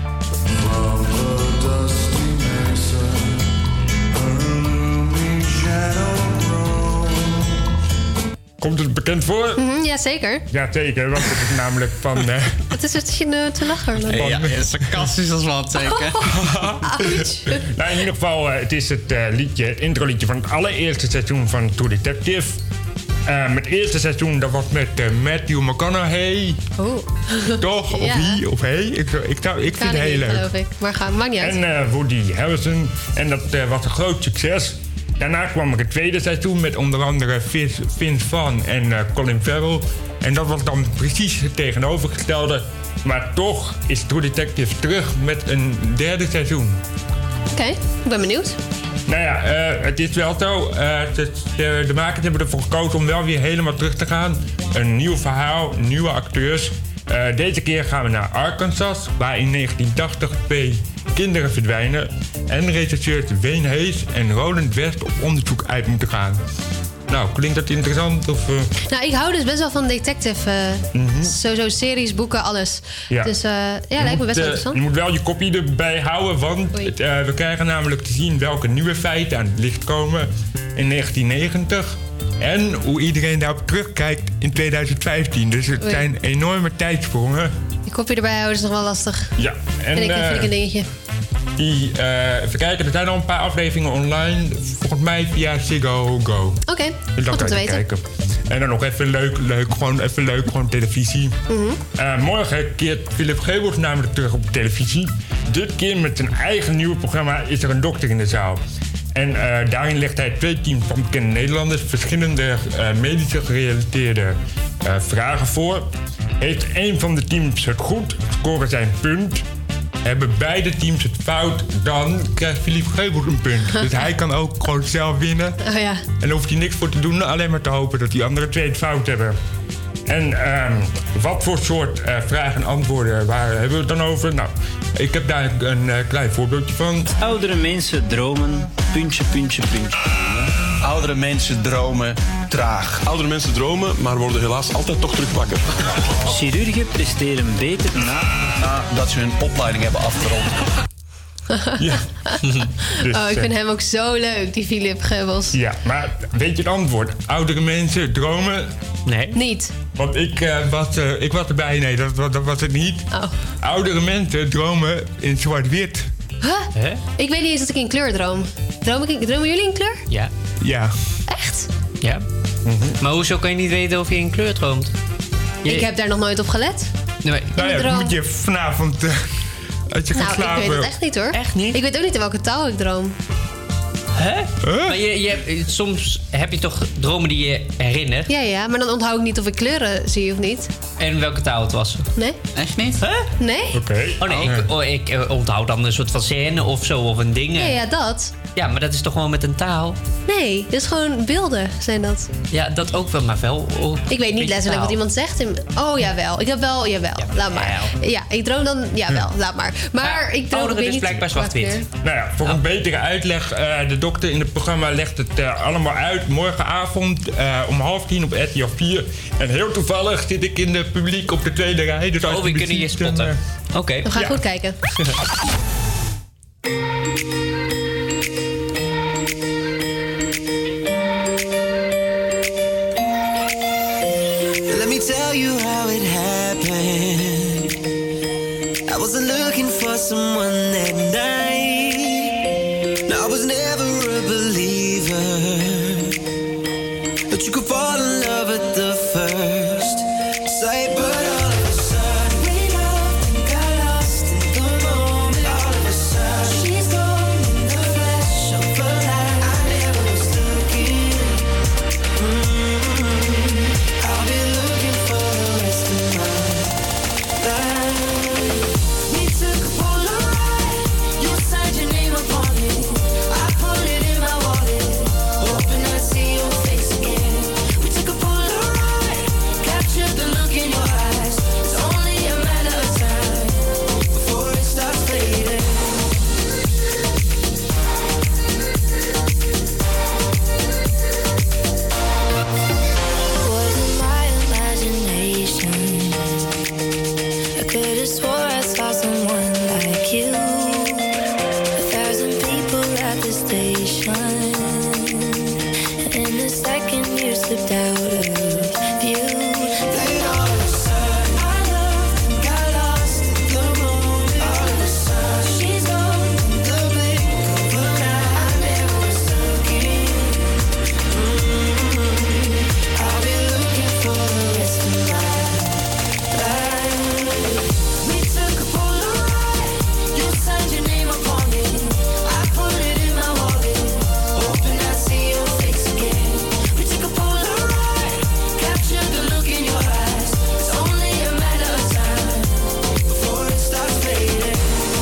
Komt het bekend voor? Mm-hmm, ja, zeker. Ja, zeker. Want het is namelijk van... Uh, het is het uh, te lachen. Hey, ja, ja, sarcastisch als wat, zeker. Nou, in ieder geval, uh, het is het uh, liedje, het intro-liedje van het allereerste seizoen van True Detective. Uh, het eerste seizoen, dat was met uh, Matthew McConaughey. Oh. Toch? Of ja. wie? Of hij? Ik, ik, zou, ik vind het heel niet, leuk. Geloof ik. Maar ga, maakt niet uit. En uh, Woody Harrelson. En dat uh, was een groot succes. Daarna kwam er het tweede seizoen met onder andere Vince, Vince Vaughn en uh, Colin Farrell. En dat was dan precies het tegenovergestelde. Maar toch is True Detective terug met een derde seizoen. Oké, okay, ik ben benieuwd. Nou ja, uh, het is wel zo. Uh, de, de, de makers hebben ervoor gekozen om wel weer helemaal terug te gaan. Een nieuw verhaal, nieuwe acteurs. Uh, deze keer gaan we naar Arkansas, waar in negentien tachtig twee kinderen verdwijnen. En regisseurs Wayne Hayes en Roland West op onderzoek uit moeten gaan. Nou, klinkt dat interessant? Of, uh... Nou, ik hou dus best wel van detective. Uh, mm-hmm. Sowieso series, boeken, alles. Ja. Dus uh, ja, lijkt me best wel uh, interessant. Je moet wel je kopie erbij houden, want het, uh, we krijgen namelijk te zien welke nieuwe feiten aan het licht komen in negentien negentig. En hoe iedereen daarop terugkijkt in tweeduizend vijftien. Dus het Oei. zijn enorme tijdsprongen. Je kopie erbij houden is nog wel lastig. Ja. En, vind, ik, uh, vind ik een dingetje. Die, uh, even kijken, er zijn al een paar afleveringen online. Volgens mij via Ziggo Go. Oké, okay, dus goed om te weten. Kijken. En dan nog even leuk, leuk, gewoon even leuk, gewoon televisie. Mm-hmm. Uh, morgen keert Philip Geubels namelijk terug op de televisie. Dit keer met zijn eigen nieuwe programma Is er een dokter in de zaal. En uh, daarin legt hij twee teams van bekende Nederlanders verschillende uh, medische gerelateerde uh, vragen voor. Heeft één van de teams het goed, scoren zij een punt. Hebben beide teams het fout, dan krijgt Philippe Geubels een punt. Dus hij kan ook gewoon zelf winnen. Oh ja. En daar hoeft hij niks voor te doen, alleen maar te hopen dat die andere twee het fout hebben. En um, wat voor soort uh, vragen en antwoorden waar hebben we het dan over? Nou, ik heb daar een uh, klein voorbeeldje van. Oudere mensen dromen, puntje, puntje, puntje. Oudere mensen dromen traag. Oudere mensen dromen, maar worden helaas altijd toch terug wakker. Chirurgen presteren beter na... nadat ze hun opleiding hebben afgerond. Ja. Dus, oh, ik vind uh, hem ook zo leuk, die Philip Geubels. Ja, maar weet je het antwoord? Oudere mensen dromen? Nee. Niet. Want ik, uh, was, uh, ik was erbij, nee, dat, dat was het niet. Oh. Oudere mensen dromen in zwart-wit. Huh? Huh? Ik weet niet eens dat ik in kleur droom. Droom ik, dromen jullie in kleur? Ja. Ja. Echt? Ja. Mm-hmm. Maar hoezo kan je niet weten of je in kleur droomt? Je... Ik heb daar nog nooit op gelet. Nee. Nou ja, moet je vanavond... Uh, als je nou, gaat slapen... ik weet het echt niet hoor. Echt niet? Ik weet ook niet in welke taal ik droom. Hè? Huh? Maar je, je, soms heb je toch dromen die je herinnert? Ja, ja, maar dan onthoud ik niet of ik kleuren zie of niet. En welke taal het was? Nee. Echt niet? Huh? Nee. Oké. Okay. Oh nee, ik, oh, ik onthoud dan een soort van scène of zo, of een ding. Ja, ja, dat. Ja, maar dat is toch gewoon met een taal? Nee, dat is gewoon beelden, zijn dat. Ja, dat ook wel, maar wel... Oh, Ik weet niet letterlijk taal. wat iemand zegt. In- Oh, jawel. Ik heb wel, jawel. Laat maar. Ja, ik droom dan... Jawel, laat maar. Maar ik droom ouderen weer dus niet... blijkbaar zwart-wit. Nou ja, voor een betere uitleg, uh, de dokter in het programma legt het uh, allemaal uit. Morgenavond uh, om half tien op R T L vier. En heel toevallig zit ik in de publiek op de tweede rij. Dus Oh, we kunnen je spotten. Uh, Oké. Okay. We gaan ja. goed kijken. Let me tell you how it happened. I wasn't looking for someone that night. No, I was never a believer, but you could fall in love at the first sight. But all of a sudden we loved and got lost in the moment. All of a sudden she's gone in the flash of a light. I never was looking. Mm-hmm. I'll be looking for the rest of my life. We took a Polaroid. You signed your name upon it. I put it in my wallet, hoping I'd see your face again. We took a Polaroid, captured the look in your eyes. It's only a matter of time before it starts fading. Was it my imagination? I could have swore I saw someone like you. A thousand people at the station. In a second you slipped out of view. Then all of a sudden I loved and got lost in the moment. All of a sudden she's gone in the blink of an eye. I never was looking. Mm-hmm. I'll be looking for the rest of my life. We took a Polaroid. You signed your name upon it. I put it in my wallet, hoping I'd see your face again. We took a Polaroid, captured the look in your eyes. It's only a matter of time before it starts fading.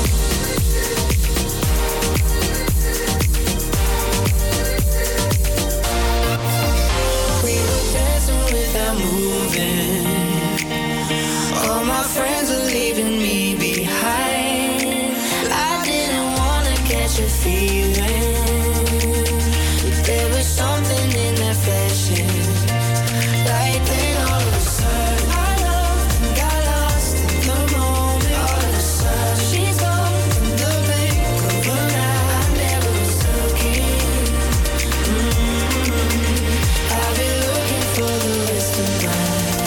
We were dancing without moving. All my friends are leaving me behind. I didn't wanna catch a feeling, but there was something in that flashing light. Then all of a sudden I loved and got lost in the moment. All of a sudden she's gone in the blink of an eye. I never was looking. Mm-hmm. I'll be looking for the rest of my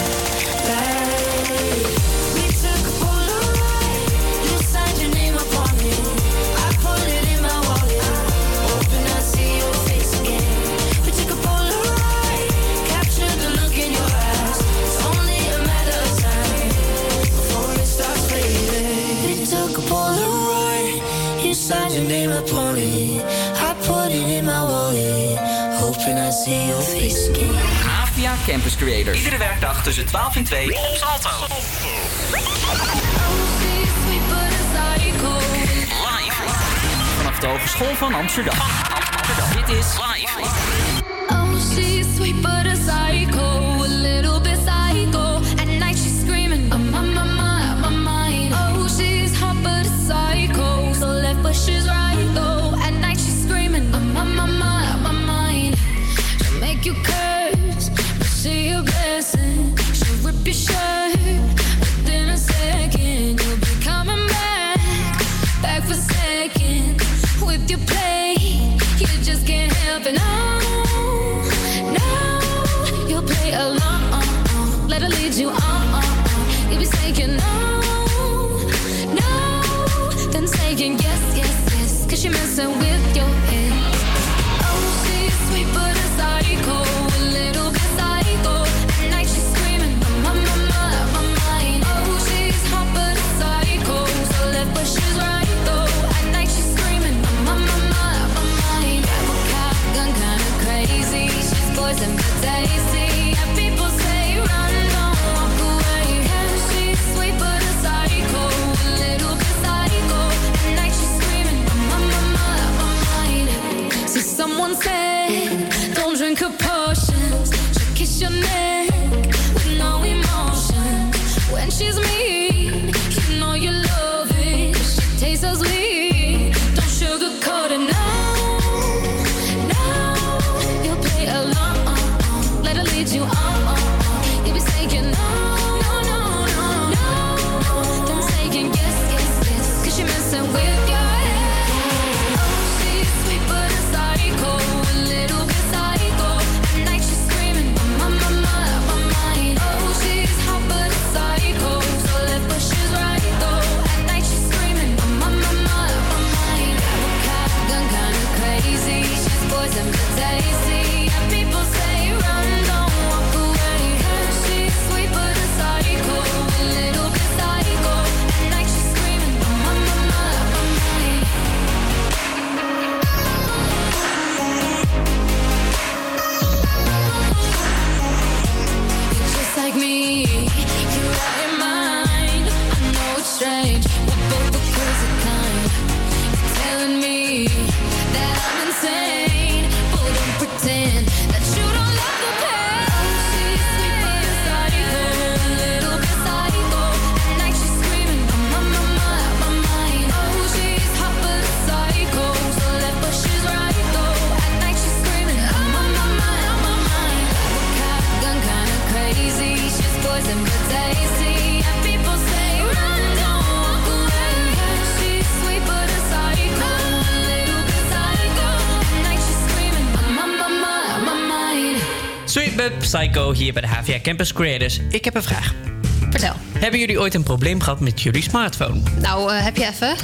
life. We took a Polaroid. You signed your name upon it. I put it in my wallet, hoping I'd see your face again. We took a Polaroid, captured the look in your eyes. It's only a matter of time before it starts fading. We took a Polaroid. You signed your name upon it. I put it in my wallet, hoping I'd see your face again. Avia Campus Creators. Iedere werkdag tussen twaalf en twee op Salto. Live. Vanaf de Hogeschool van Amsterdam. Dit is Live. Oh, she's sweet but a psycho, a little bit psycho. At night she's screaming, I'm on my mind, my mind. Oh, she's hot but a psycho, so left but she's right though. At night she's screaming, I'm on my mind, my mind. She'll make you curse, but see a blessing. She'll rip your shirt, within a second you'll be coming back, back for seconds. With your play, you just can't help it. No, no, you'll play along. Let her lead you on. You'll be saying no, no, then saying yes, yes, yes, cause you're messing with your head. Oh, she's sweet but a psycho, a little bit psycho. At night she's screaming, I'm on my mind, my mind. Oh, she's hot but a psycho, so left but she's right though. At night she's screaming, I'm on my mind, my mind. Rebel cop, gun kinda crazy. She's poison but tasty. And people say run, don't walk away. Yeah, she's sweet but a psycho, a little bit psycho. At night she's screaming, I'm on my mind, my hebben Psycho hier bij de H V A Campus Creators. Ik heb een vraag. Vertel. Hebben jullie ooit een probleem gehad met jullie smartphone? Nou, uh, heb je even?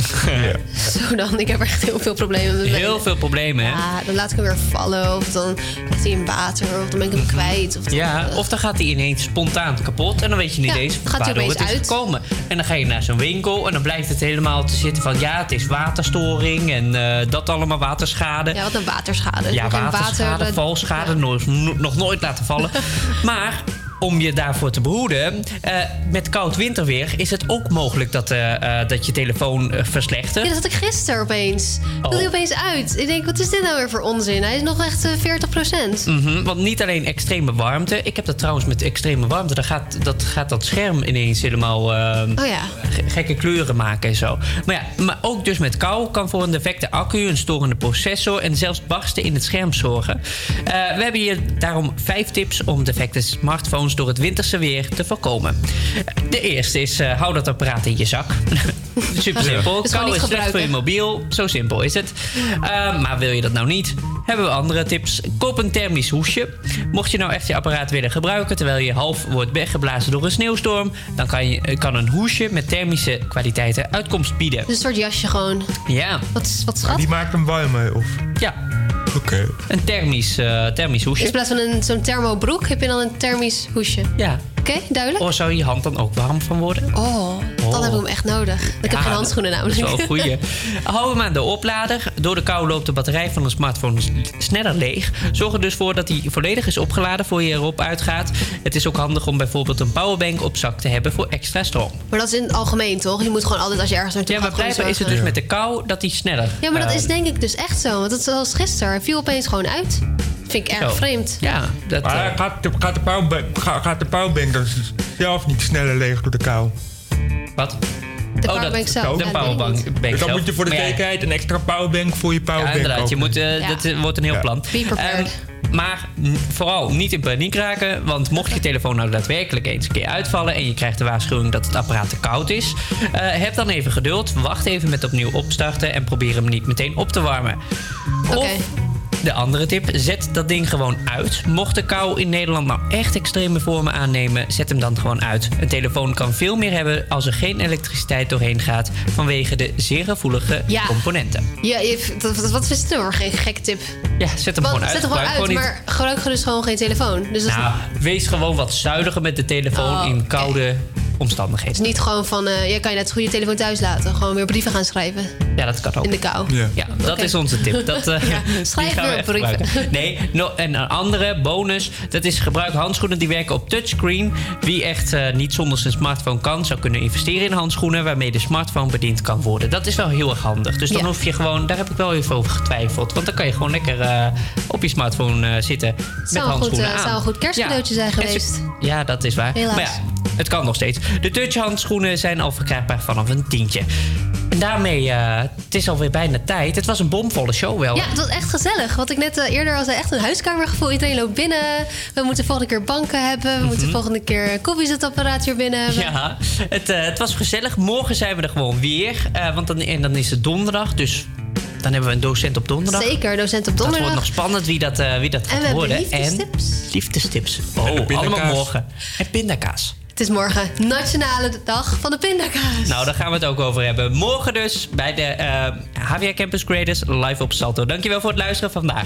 Zo dan, ik heb echt heel veel problemen met Heel mijn- veel problemen, hè? Ja, dan laat ik hem weer vallen. Of dan ligt hij in water. Of dan ben ik hem kwijt. Of dan, Ja, of dan gaat hij ineens spontaan kapot. En dan weet je niet Ja, eens gaat hij waardoor opeens het is uit. gekomen. En dan ga je naar zo'n winkel en dan blijkt het helemaal te zitten van... ja, het is waterstoring en eh, dat allemaal waterschade. Ja, wat een waterschade. Ja, Nog geen waterschade, water, eh, valschade, nog, nog nooit laten vallen. Maar om je daarvoor te behoeden, eh, met koud winterweer is het ook mogelijk dat, eh, eh, dat je telefoon eh, verslechtert. Ja, dat had ik gisteren opeens. Dat Oh. hij opeens uit. Ik denk, wat is dit nou weer voor onzin? Hij is nog echt eh, veertig procent. Mhm, want niet alleen extreme warmte. Ik heb dat trouwens met extreme warmte. Dan gaat dat, gaat dat scherm ineens helemaal eh, Oh ja. ge- gekke kleuren maken en zo. Maar ja, maar ook dus met kou kan voor een defecte accu, een storende processor en zelfs barsten in het scherm zorgen. Eh, we hebben hier daarom vijf tips om defecte smartphones door het winterse weer te voorkomen. De eerste is, eh, hou dat apparaat in je zak. Super simpel. Dus gewoon Kou niet is slecht voor je gebruiken. mobiel. Zo simpel is het. Uh, maar wil je dat nou niet? Hebben we andere tips. Koop een thermisch hoesje. Mocht je nou echt je apparaat willen gebruiken terwijl je half wordt weggeblazen door een sneeuwstorm, dan kan, je, kan een hoesje met thermische kwaliteiten uitkomst bieden. Dus een soort jasje gewoon. Ja. Wat, wat schat. Die maakt hem warmer, of? Ja. Oké. Een thermisch, uh, thermisch hoesje. In plaats van een, zo'n thermobroek heb je dan een thermisch hoesje. Ja. Oké, duidelijk? Of zou je hand dan ook warm van worden? Oh, dan Oh. heb ik hem echt nodig. Ik heb Ja, geen handschoenen dat namelijk. is wel een goeie. Hou hem aan de oplader. Door de kou loopt de batterij van een smartphone s- sneller leeg. Zorg er dus voor dat hij volledig is opgeladen voor je erop uitgaat. Het is ook handig om bijvoorbeeld een powerbank op zak te hebben voor extra stroom. Maar dat is in het algemeen, toch? Je moet gewoon altijd als je ergens naartoe Ja, maar gaat... gewoon blijkbaar is het dus zorgen. met de kou dat hij sneller... Ja, maar dat eh, is denk ik dus echt zo. Want dat is zoals gisteren. Hij viel opeens gewoon uit. Vind ik erg Zo. vreemd. Ja, dat... Maar eh, gaat, de, gaat, de powerbank, gaat, gaat de powerbank dan zelf niet sneller leeg door de kou? Wat? De Oh, powerbank dat, zelf. De Ja, dat weet ik powerbank niet. bank Dus dan zelf. moet je voor de Maar ja, zekerheid een extra powerbank voor je Ja, powerbank inderdaad. Je kopen. moet, eh, Ja. Dat eh, wordt een heel Ja. plan. Be prepared. Ehm, maar n- vooral niet in paniek raken. Want mocht je telefoon nou daadwerkelijk eens een keer uitvallen en je krijgt de waarschuwing dat het apparaat te koud is, eh, heb dan even geduld. Wacht even met opnieuw opstarten en probeer hem niet meteen op te warmen. Oké. Of de andere tip, zet dat ding gewoon uit. Mocht de kou in Nederland nou echt extreme vormen aannemen, zet hem dan gewoon uit. Een telefoon kan veel meer hebben als er geen elektriciteit doorheen gaat vanwege de zeer gevoelige Ja. componenten. Ja, je, dat, dat- wat is het nou? Geen gekke tip. Ja, zet hem Want, gewoon uit. zet hem gewoon Gebruik uit, niet- maar gebruik dus gewoon geen telefoon. Dus dat Nou, wees gewoon wat zuiniger met de telefoon Oh, in oké. koude is omstandigheden. niet gewoon van... eh ja, kan je net zo goed je telefoon thuis laten. Gewoon weer brieven gaan schrijven. Ja, dat kan ook. In de kou. Ja. Ja, dat Oké. is onze tip. Dat, eh, Ja, die schrijf gaan we weer echt brieven. gebruiken. Nee, no, en een andere bonus, dat is gebruik handschoenen die werken op touchscreen. Wie echt eh, niet zonder zijn smartphone kan, zou kunnen investeren in handschoenen waarmee de smartphone bediend kan worden. Dat is wel heel erg handig. Dus dan Ja. hoef je gewoon, daar heb ik wel even over getwijfeld. Want dan kan je gewoon lekker eh, op je smartphone eh, zitten met Zou een goed, handschoenen eh, aan. zou een goed kerstcadeautje zijn En ze- geweest. Ja, dat is waar. Helaas. Maar ja, het kan nog steeds. De touchhandschoenen zijn al verkrijgbaar vanaf een tientje. En daarmee, eh, het is alweer bijna tijd. Het was een bomvolle show wel. Ja, het was echt gezellig. Wat ik net eh, eerder al zei, echt een huiskamergevoel. Iedereen loopt binnen. We moeten volgende keer banken hebben. We moeten volgende keer een koffiezetapparaat hier binnen hebben. Ja, het, eh, het was gezellig. Morgen zijn we er gewoon weer. eh, want dan, en dan is het donderdag. Dus dan hebben we een docent op donderdag. Zeker, docent op Dat donderdag. wordt nog spannend wie dat, eh, wie dat En gaat we hebben worden. liefdestips. En liefdestips. En Oh, de pindakaas. allemaal morgen. En pindakaas. Het is morgen Nationale Dag van de Pindakaas. Nou, daar gaan we het ook over hebben. Morgen dus bij de eh H V A Campus Creators live op Salto. Dankjewel voor het luisteren vandaag.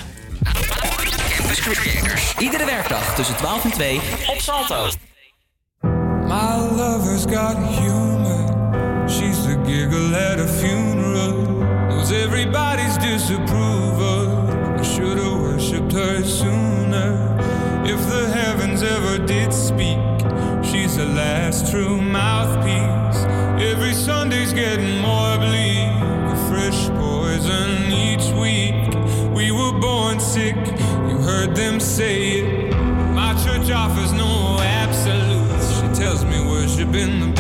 Campus Creators. Iedere werkdag tussen twaalf en twee op Salto. My lover's got humor. She's the giggle at a funeral. Knows everybody's disapproval. I should have worshipped her sooner. If the heavens ever did speak, she's the last true mouthpiece. Every Sunday's getting more bleak. A fresh poison each week. We were born sick, you heard them say it. My church offers no absolutes. She tells me worship in the